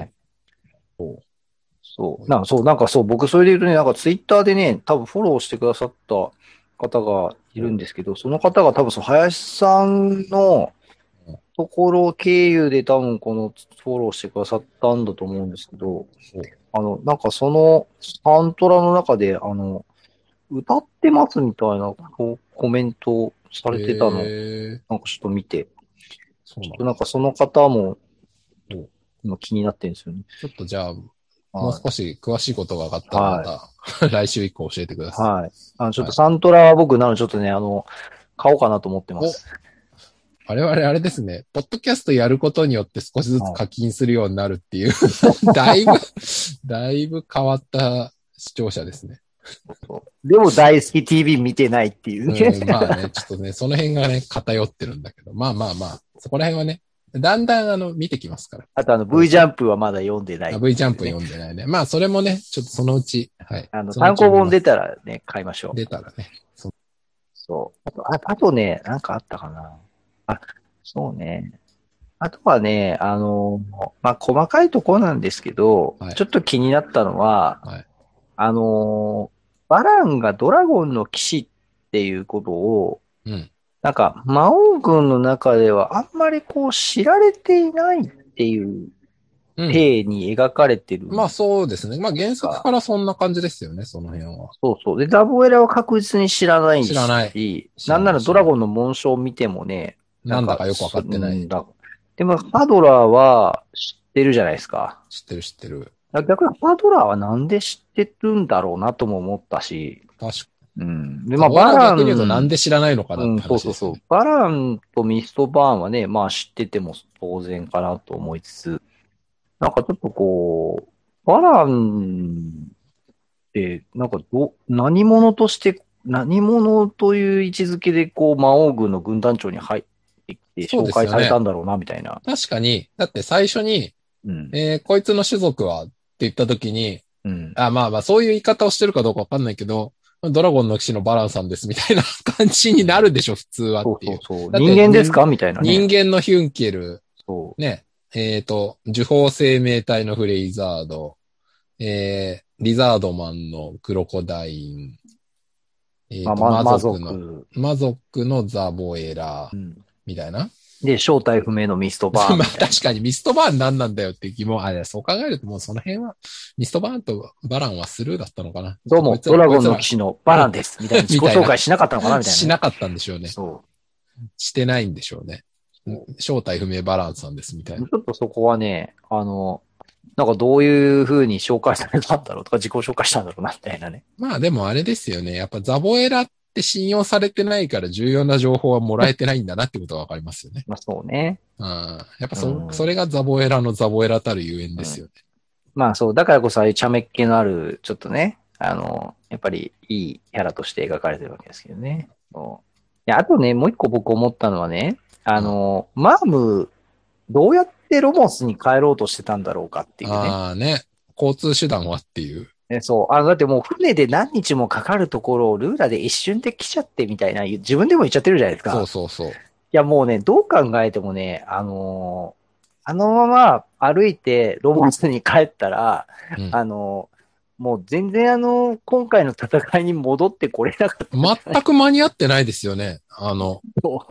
なんかそう、僕それで言うとね、なんかツイッターでね、多分フォローしてくださった方がいるんですけど、その方が多分その林さんのところ経由で多分このフォローしてくださったんだと思うんですけど、なんかそのサントラの中で、歌ってますみたいなコメントされてたの、なんかちょっと見て、 そうなんだ。 なんかその方もお今気になってるんですよね。 ちょっとじゃあ、もうはい。 少し詳しいことが分かったらまた、来週以降教えてください。 はい。ちょっとサントラは僕なのでちょっとね、買おうかなと思ってまお、 す。 我々あれですね、ポッドキャストやることによって少しずつはい。 課金するようになるっていうだいぶ変わった視聴者ですね。 でも大好き TV 見てないっていうね。 まあね、ちょっとね、その辺がね、偏ってるんだけど、まあまあまあ、そこら辺はね、だんだん見てきますから。 あとV ジャンプはまだ読んでない、 V ジャンプ読んでないね。まあ、それもね、ちょっとそのうち、はい。 単行本出たらね、買いましょう。 出たらね。 そう。あとね、なんかあったかな。そうね。あとはね、まあ、細かいところなんですけど、 はいちょっと気になったのは、 はい。 バランがドラゴンの騎士っていうことを、 うん。 なんか、魔王軍の中ではあんまりこう知られていないっていううん。 体に描かれてる。 まあそうですね。まあ原作からそんな感じですよね、その辺は。 そうそう。で、ザボエラは確実に知らない知らない。 し、 知らない。 なんならドラゴンの紋章を見てもね、 なんだかよくわかってない。 でも、ハドラーは知ってるじゃないですか。 知ってる知ってる。 逆にハドラーはなんで知ってるんだろうなとも思ったし、 確かうん。で、 に。 まあ、バラ逆に言うとなんン、 で知らないのかなってそう話ですよね。 そうそう。バランとミストバーンはね、まあ知ってても当然かなと思いつつ、なんかちょっとこう、バランって、なんか何者として、何者という位置づけでこう、魔王軍の軍団長に入ってきてそう紹介されですよね。 たんだろうな、みたいな。 確かに、だって最初に、 うん。 こいつの種族はって言った時に、 うん。 まあまあそういう言い方をしてるかどうかわかんないけど、ドラゴンの騎士のバランさんですみたいな感じになるでしょ、普通はそうっていう。 そうそう。 だって人間ですかみたいな人ね。 間のヒュンケル、 そね、呪法生命体のフレイザード、リザードマンのクロコダイン、 う。 魔族のザボエラ、 うん。 みたいな。 で、正体不明のミストバーンまあみたいな。 確かにミストバーン何なんだよっていう疑問、そう考えるともうその辺は、ミストバーンとバランはスルーだったのかな。 どうも、ドラゴンの騎士のバランです。みたいな自己紹介しなかったのかなみたいな、ね。 しなかったんでしょうね。 そしてないんでしょうね。正体不明バランさんですみたいな。 ちょっとそこはね、なんかどういう風に紹介されたんだろうとか自己紹介したんだろうな、みたいなね。 まあでもあれですよね。やっぱザボエラって信用されてないから重要な情報はもらえてないんだなってことがわかりますよね。 まあそうね。 やっぱそれがザボエラのザボエラたるゆえんですよね。 まあそう、だからこそああいう茶目っ気のある、ちょっとね、やっぱりいいキャラとして描かれてるわけですけどね。いや、あとね、もう一個僕思ったのはね、マーム、どうやってロモスに帰ろうとしてたんだろうかっていうね。 交通手段はっていう。 そう。だってもう船で何日もかかるところをルーラで一瞬で来ちゃってみたいな、自分でも言っちゃってるじゃないですか。 そうそうそう。 いやもうね、どう考えてもね、あのまま歩いてロモスに帰ったら、もう全然今回の戦いに戻ってこれなかった。 全く間に合ってないですよね。 そう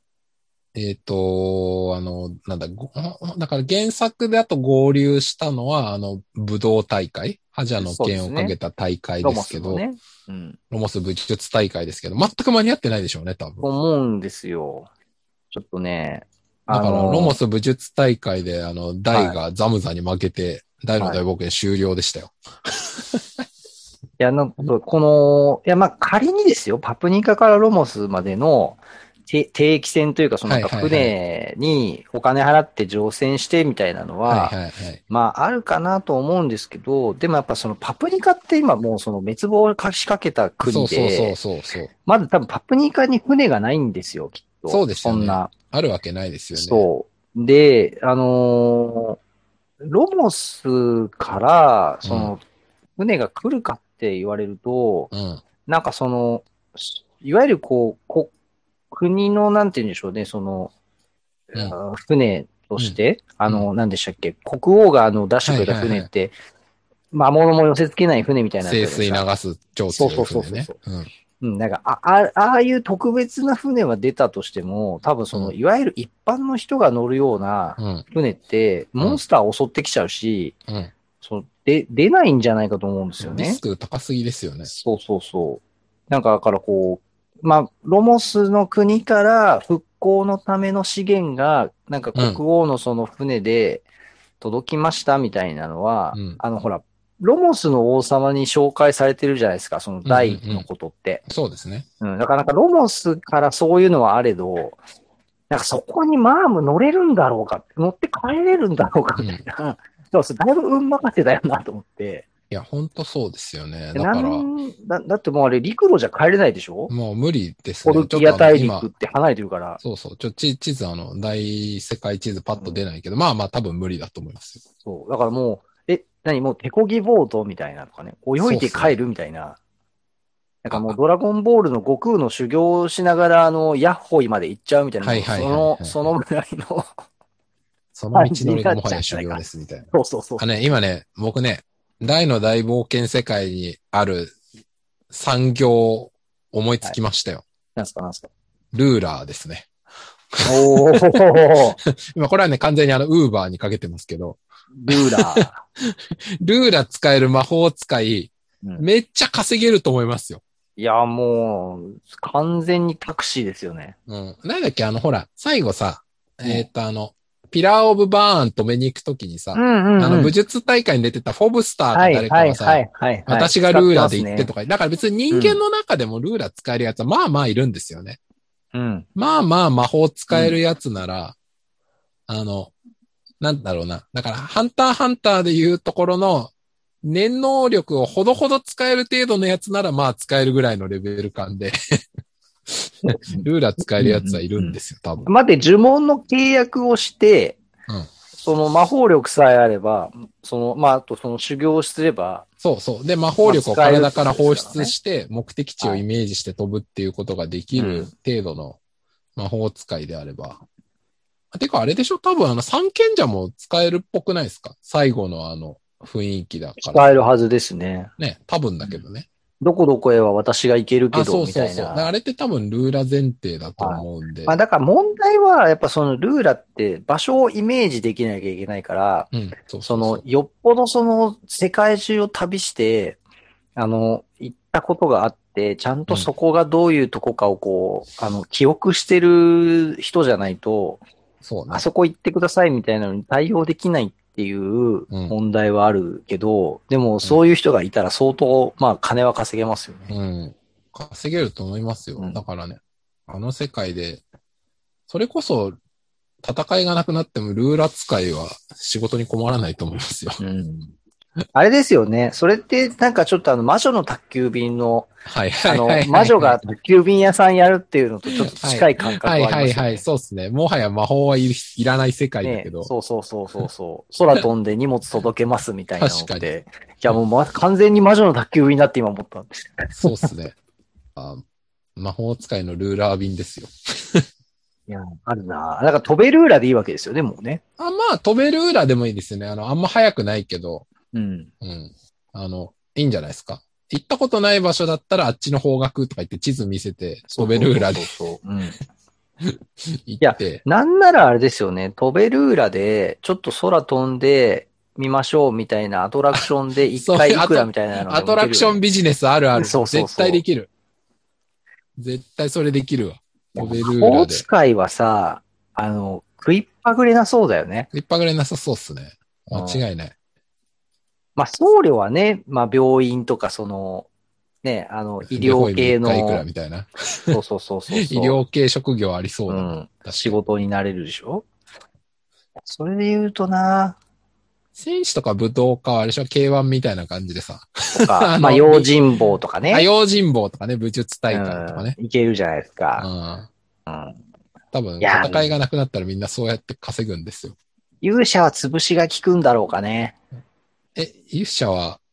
なんだ、だから原作だと合流したのは、武道大会、覇者の剣をかけた大会ですけど、ロモス武術大会ですけど、全く間に合ってないでしょうね、多分。 思うんですよ。ちょっとね。 だから、ロモス武術大会で、ダイがザムザに負けて、大の大冒険終了でしたよ。 いや、まあ、仮にですよ、パプニカからロモスまでの定期船というか、船にお金払って乗船してみたいなのは、まあ、あるかなと思うんですけど、でもやっぱパプニカって今もう滅亡を仕掛けた国で、まず多分パプニカに船がないんですよ、きっと。 そうですよね。 そんな。 あるわけないですよね。 そう。で、ロモスから、 船が来るかって言われると、 うん。 なんかいわゆる国のなんて言うんでしょうね、 うん。 船とうん。 して、 うん。 何でしたっけ、国王が出してはくれたいはいはい。 船って、魔物も寄せ付けない船みたいなやつじ清水ゃないですか。 流す超強いそうそうそう船ね。 そうそう。 うん。 うん、なんか、ああいう特別な船は出たとしても、多分うん。 いわゆる一般の人が乗るようなうん。 船って、 うん。 モンスターを襲ってきちゃうし、 うん。 出ないんじゃないかと思うんですよリスね。 ク高すぎですよね。 そうそうそう。なんか、だからまあ、ロモスの国から復興のための資源が、なんかうん。 国王のその船で届きましたみたいなのは、 うん。 ほら、ロモスの王様に紹介されてるじゃないですか、そのうん。うん。 大のうん。 ことって。 そうですね。 うん、だからなんかロモスからそういうのはあれど、なんかそこにマーム乗れるんだろうか、乗って帰れるんだろうかうん。 みたいな。そうだいぶ運任せだよなと思って。 いや、ほんとそうですよね。だから、 だってもうあれ陸路じゃ帰れないでしょ？ もう無理ですポね。 ルキア大陸今、 って離れてるから。 そうそう。地図大世界地図パッとうん。 出ないけど、まあまあ多分無理だと思いますよ。 そう。だからもう、もう手漕ぎボートみたいなとかね、泳いで帰そうっすね。 るみたいな。なんかもうあ、 ドラゴンボールの悟空の修行をしながら、ヤッホイまで行っちゃうみたいな、もうはいはいはいはいはい。 そのぐらいのその感道のりがじになっもはや修ちゃうんじゃないか。 行ですみたいな。 そうそうそうそう。 今ね、僕ね、大の大冒険世界にある産業を思いつはい。 きましたよ。 なんすかなんすか。 ルーラーですね。 おー、 今これはね、完全にウーバーにかけてますけど、 ルーラルーラー使える魔法使い、 ー。うん。 めっちゃ稼げると思いますよ。 いや、もう、完全にタクシーですよね。 うん。なんだっけ、ほら、最後さ、 うん。 ピラーオブバーン止めに行くときにさ、 うんうんうん。 武術大会に出てたフォブスターかはい誰かがさ、 はいはいはいはい。 私が使ってルーラーでますね。 行ってとか、だから別に人うん。 間の中でもルーラー使えるやつはまあまあいるんですよね。 うん。 まあまあ魔法使うん。 えるやつなら、あの、なんだろうな。だから、ハンターハンターでいうところの、念能力をほどほど使える程度のやつならまあ使えるぐらいのレベル感で、ルーラー使えうんうるやつはいんうん。 るんですよ、多分。 待って、呪文の契約をして、 うん。 その魔法力さえあれば、まあ、あとその修行をすれば、 そうそう。で、魔法まあ、 力を使えるってことです体から放からね。 出して目的地をはい。 イメージして飛ぶっていうことができるうん。 程度の魔法使いであれば。てかあれでしょ多分三賢者も使えるっぽくないですか最後の雰囲気だから。 使えるはずですね。 ね、多分だうん。 けどね。 どこどこへは私が行けるけあ、 ど、 そうみそうそう。だからあたいな。 れって多分ルーラ前提だとはい。 思うんまあ、 で。 だから問題は、やっぱそのルーラって場所をイメージできなきゃいけないから、 うん、そうそうそう。 よっぽど世界中を旅して、行ったことがあって、ちゃんうん、 とそこがどういうとこかを記憶してる人じゃないと、 そうね。 あそこ行ってくださいみたいなのに対応できないっていううん、 問題はあるけど、でもうん、 そういう人がいたら相当、まあ金は稼げますよね。 うん。稼げると思いますよ。だうん。 からね、あの世界で、それこそ戦いがなくなってもルーラ使いは仕事に困らないと思いますよ。 うん。あれですよね。それってなんかちょっと魔女の宅急便の、 はいはいはいは魔女いはい。 が宅急便屋さんやるっていうのとちょっとはい。 近い感はい覚はありはいはい。 ますよね。 そうですね。もはや魔法いらない世界だけね、 ど。 そうそうそうそうそう。空飛んで荷物届けますみたいなの確かに。 って。いやもう、完全に魔女の宅急便だって今思ったんです。 そうっすね。魔法使いのルーラー便ですよ。 いや、あるな。なんか飛べる裏でいいわけですよね、もうね。 まあ、飛べる裏でもいいですね。あんま速くないけど、 うん。 うん。いいんじゃないですか。行ったことない場所だったらあっちの方角とか言って地図見せて飛べそうそうそうる裏でそうそう。うん。いや、 行って、 なんならあれですよね。飛べる裏で、ちょっと空飛んでみましょうみたいなアトラクションで一そういう回いくらみたいなのでもアトラクシいけるよね。 ョンビジネスあるある。 そうそう絶対でそきる。絶対それできるわ。 う。いや、 飛べ魔法る裏で。 使いはさ、食いっぱぐれなそうだよね。 立派ぐらいなさそうっすね。 うん。 間違いない。 まあ、僧侶はね、まあ、病院とかね、医療レホイム1回いくら系の、 みたいな。 そうそうそうそう医療そ系職業ありそう、 うだな。 うん、仕確かに。 事になれるでしょ？それで言うとな、 戦士とか武道家はあれでしょ ?K1 みたいな感じでさ。 とか、まあ、用心棒とかね、 用心棒とかね、武術う大会とかん、 ね。 いけるじゃないですか。 うん。 うん。 多分、 いや、 戦いがなくなったらみんなそうやって稼ぐんですよ。 勇者は潰しが効くんだろうかね。 勇者は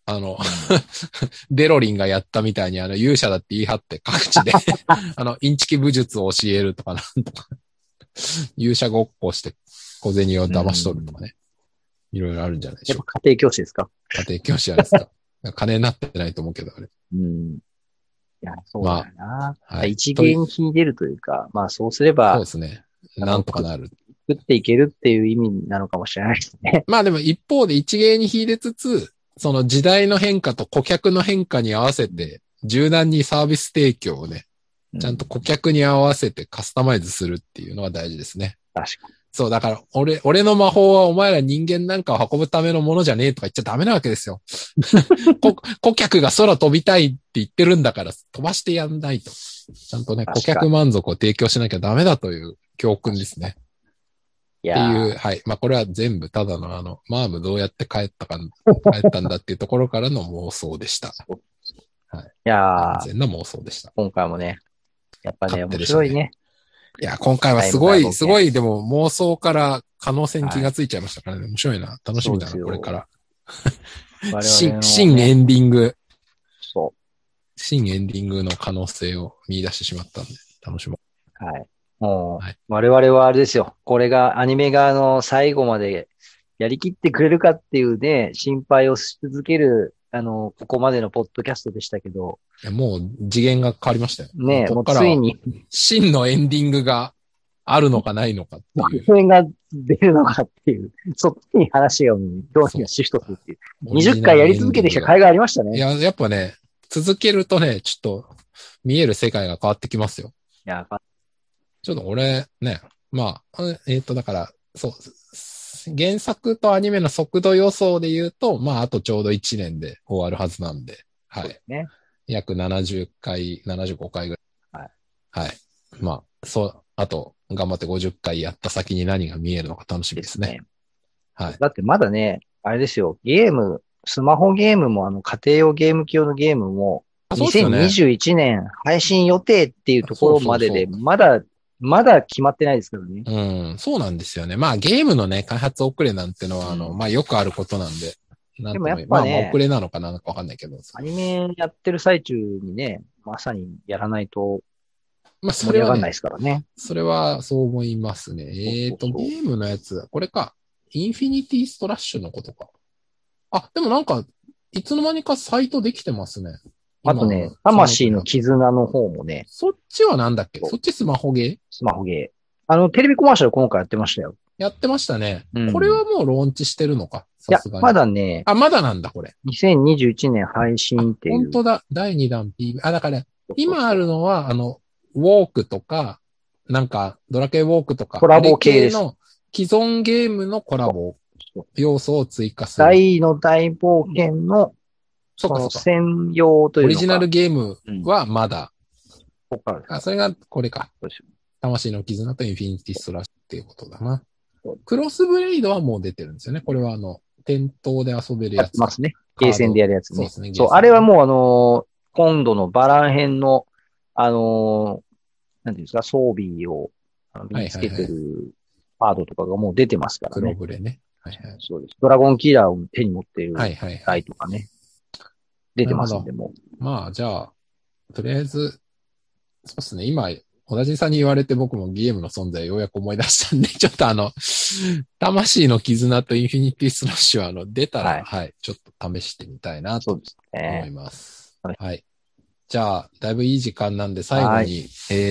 デロリンがやったみたいに勇者だって言い張って各地で、インチキ武術を教えるとかなんとか、勇者ごっこして小銭を騙し取るとかね。いろいろあるんじゃないでしょうか。 家庭教師ですか？ 家庭教師じゃないですか。金になってないと思うけど、あれ。 うん。いや、そうだよな。 はい。 一芸に秀でるというか、まあそうすれば、 そうですね。なんとかなる。 食っていけるっていう意味なのかもしれないですね。 まあでも一方で一芸に秀でつつ、その時代の変化と顧客の変化に合わせて、柔軟にサービス提供をね、ちゃんと顧客に合わせてカスタマイズするっていうのが大事ですね。 確かに。 そう、だから俺の魔法はお前ら人間なんかを運ぶためのものじゃねえとか言っちゃダメなわけですよ。顧客が空飛びたいって言ってるんだから飛ばしてやんないと。ちゃんとね、顧客満足を提供しなきゃダメだという教訓ですね。っていう、はい。まあ、これは全部ただのマームどうやって帰ったんだっていうところからの妄想でした。はい。 いやー、 完全な妄想でした。 今回もね、やっぱね、面白いね。 いや、今回はすごい、でも妄想から可能性に気がついちゃいましたからね。面白いな。楽しみだな、これから。新エンディング。 そう。 新エンディングの可能性を見出してしまったんで、楽しもう。はい。もう、はい、我々はあれですよ。これが、アニメが最後までやりきってくれるかっていうね、心配をし続ける、ここまでのポッドキャストでしたけど。 いや、もう次元が変わりましたよ。 ねえ、もうついに。 真のエンディングがあるのかないのかっていう。 それが出るのかっていう。そっちに話がどうにかシフトするっていう。20回やり続けてきた甲斐がありましたね。 いや、やっぱね、続けるとね、ちょっと見える世界が変わってきますよ。 いや、 ちょっと俺ね、まあ、だから、そう、原作とアニメの速度予想で言うと、まあ、あとちょうど1年で終わるはずなんで、はい。 ね、 約70回、75回ぐらい。はい。はい。まあ、あと、頑張って50回やった先に何が見えるのか楽しみですね。はい。 だってまだね、あれですよ、スマホゲームも家庭用ゲーム機用のゲームも、2021年配信予定っていうところまでで、まだ決まってないですからね。 うん、そうなんですよね。まあゲームのね、開発遅れなんてのは、まあよくあることなんで。 でもやっぱね、 まあ遅れなのかな、なんかわかんないけど。 アニメやってる最中にね、まさにやらないと、 まあ盛り上がらないですからね。 それはそう思いますね。ゲームのやつ、これか。インフィニティストラッシュのことか。あ、でもなんか、いつの間にかサイトできてますね。 あとね、魂の絆の方もね。 そっちはなんだっけ？そっちスマホゲー？ スマホゲー。テレビコマーシャル今回やってましたよ。 やってましたね。これはもうローンチしてるのか？ いや、まだね。 あ、まだなんだ、これ。 2021年配信っていう。 本当だ。第2弾 PV。あ、だから、今あるのは、ウォークとか、なんか、ドラケイウォークとか、 コラボ系です。 の既存ゲームのコラボ要素を追加する。 大の大冒険の、その専用というか。 オリジナルゲームはまだ。 あ、 それがこれか。魂の絆とインフィニティストラッシュっていうことだな。クロスブレイドはもう出てるんですよね。これは店頭で遊べるやつ。 ますね。ゲーセンでやるやつね。 そうですね。 そう、あれはもう今度のバラン編の、なんていうんですか、装備を身につけてるカードとかがもう出てますからね。 黒ブレね。はいはい。 そうです。ドラゴンキラーを手に持っている台とかね。出てますんで、もう。まあ、じゃあ、とりあえず、そうですね。今、小田地さんに言われて僕もゲームの存在をようやく思い出したんで、ちょっと魂の絆とインフィニティスラッシュは出たら、はい、ちょっと試してみたいなと思います。はい。じゃあ、だいぶいい時間なんで最後に、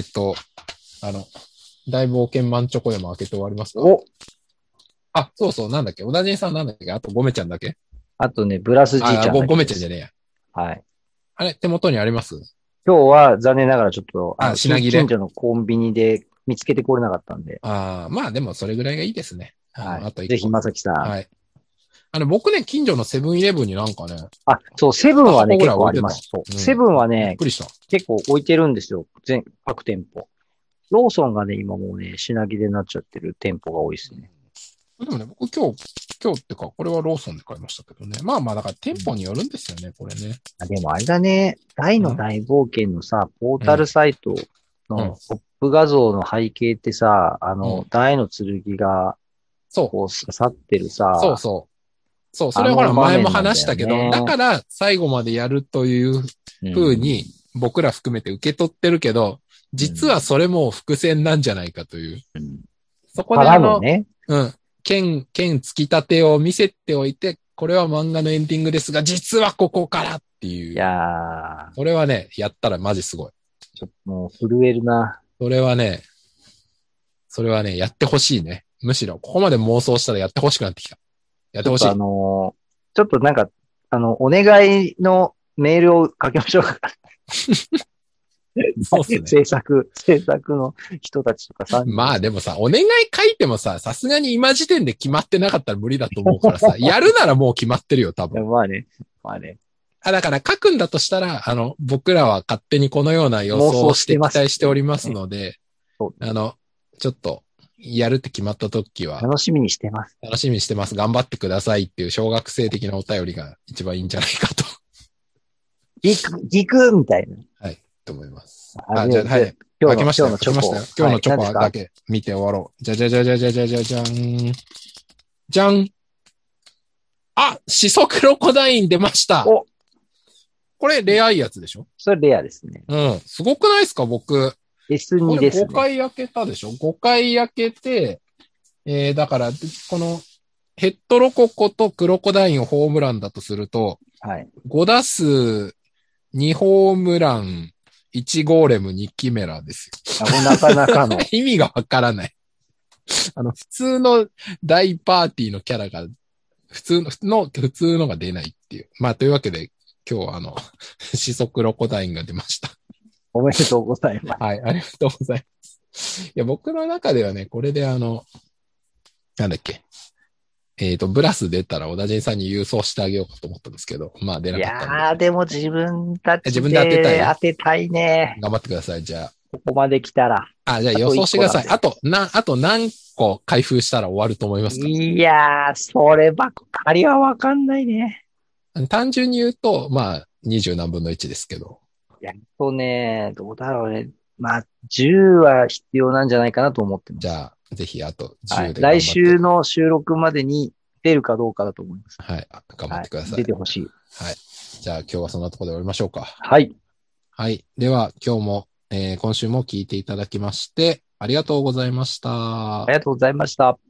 大冒険マンチョコでも開けて終わりますか？あ、そうそう、なんだっけ？小田人さんなんだっけ？あとゴメちゃんだけ？ あとね、ブラスじいちゃん。 ゴメちゃんじゃねえや。 はい。 あれ、手元にあります？ 今日は残念ながらちょっと、 品切れ。 近所のコンビニで見つけてこれなかったんで。 まあでもそれぐらいがいいですね。 はい。あとぜひ、まさきさん。 はい。僕ね、近所のセブンイレブンになんかね。 あ、そう、セブンはね、結構あります。そう。セブンはね、 びっくりした。 結構置いてるんですよ。各店舗。ローソンがね、今もうね、品切れになっちゃってる店舗が多いですね。 でもね、僕今日ってか、これはローソンで買いましたけどね。まあまあ、だから店舗によるんですよね、これね。 でもあれだね、大の大冒険のさ、ポータルサイトのトップ画像の背景ってさ、大の剣が、 そう。 こう刺さってるさ、 そうそう。 そう、それはほら前も話したけど、 あの場面なんだよねだから最後までやるという風に僕ら含めて受け取ってるけど、実はそれも伏線なんじゃないかという。そこでね、 剣突き立てを見せておいて、これは漫画のエンディングですが、実はここからっていう。 いやー。 これはね、やったらマジすごい。 ちょっともう震えるな。 それはね、やってほしいね。むしろ、ここまで妄想したらやってほしくなってきた。やってほしい。 ちょっとなんか、お願いのメールを書きましょうか。 そうっすね。 制作の人たちとかさ。 まあでもさ、お願い書いてもさ、さすがに今時点で決まってなかったら無理だと思うからさ、やるならもう決まってるよ、多分。 まあね。 だから書くんだとしたら、僕らは勝手にこのような予想をして期待しておりますので、ちょっと、やるって決まった時は、 楽しみにしてます。 楽しみにしてます。頑張ってくださいっていう小学生的なお便りが一番いいんじゃないかと。 ギクみたいな。 はい、と思います。じゃあ、はい。 今書きましたよ。 日のチョコ。 今日のチョコだけ見て終わろう。じゃん。じゃん。あ、シソクロコダイン出ました。これレアいやつでしょ？ それレアですね。 うん。すごくないですか僕。 S2 ですね。 5回焼けたでしょ？ 5 回焼けて、だから、この、ヘッドロココとクロコダインをホームランだとすると、 はい。 5打数2ホームラン、1ゴーレム、2キメラですよ。 なかなかの。 意味がわからない。普通の大パーティーのキャラが、普通のが出ないっていう。まあ、というわけで、今日はシソクロコダインが出ました。 おめでとうございます。 はい、ありがとうございます。いや、僕の中ではね、これでなんだっけ。ブラス出たら小田人さんに郵送してあげようかと思ったんですけど、まあ出なかったんで。 いやー、でも自分たちで自分で当てたいね。 頑張ってください、じゃあ。 ここまで来たら。 じゃあ予想してください。あと何個開封したら終わると思いますか？ いやー、そればっかりはわかんないね。 単純に言うと、まあ、20何分の1ですけど。 どうだろうね。まあ、10は必要なんじゃないかなと思ってます。 じゃあ、ぜひあと10で頑張って、 来週の収録までに出るかどうかだと思います。 はい。頑張ってください。 出てほしい。 はい。じゃあ今日はそんなところで終わりましょうか。 はい。 はい。では今日も、今週も聞いていただきまして、ありがとうございました。 ありがとうございました。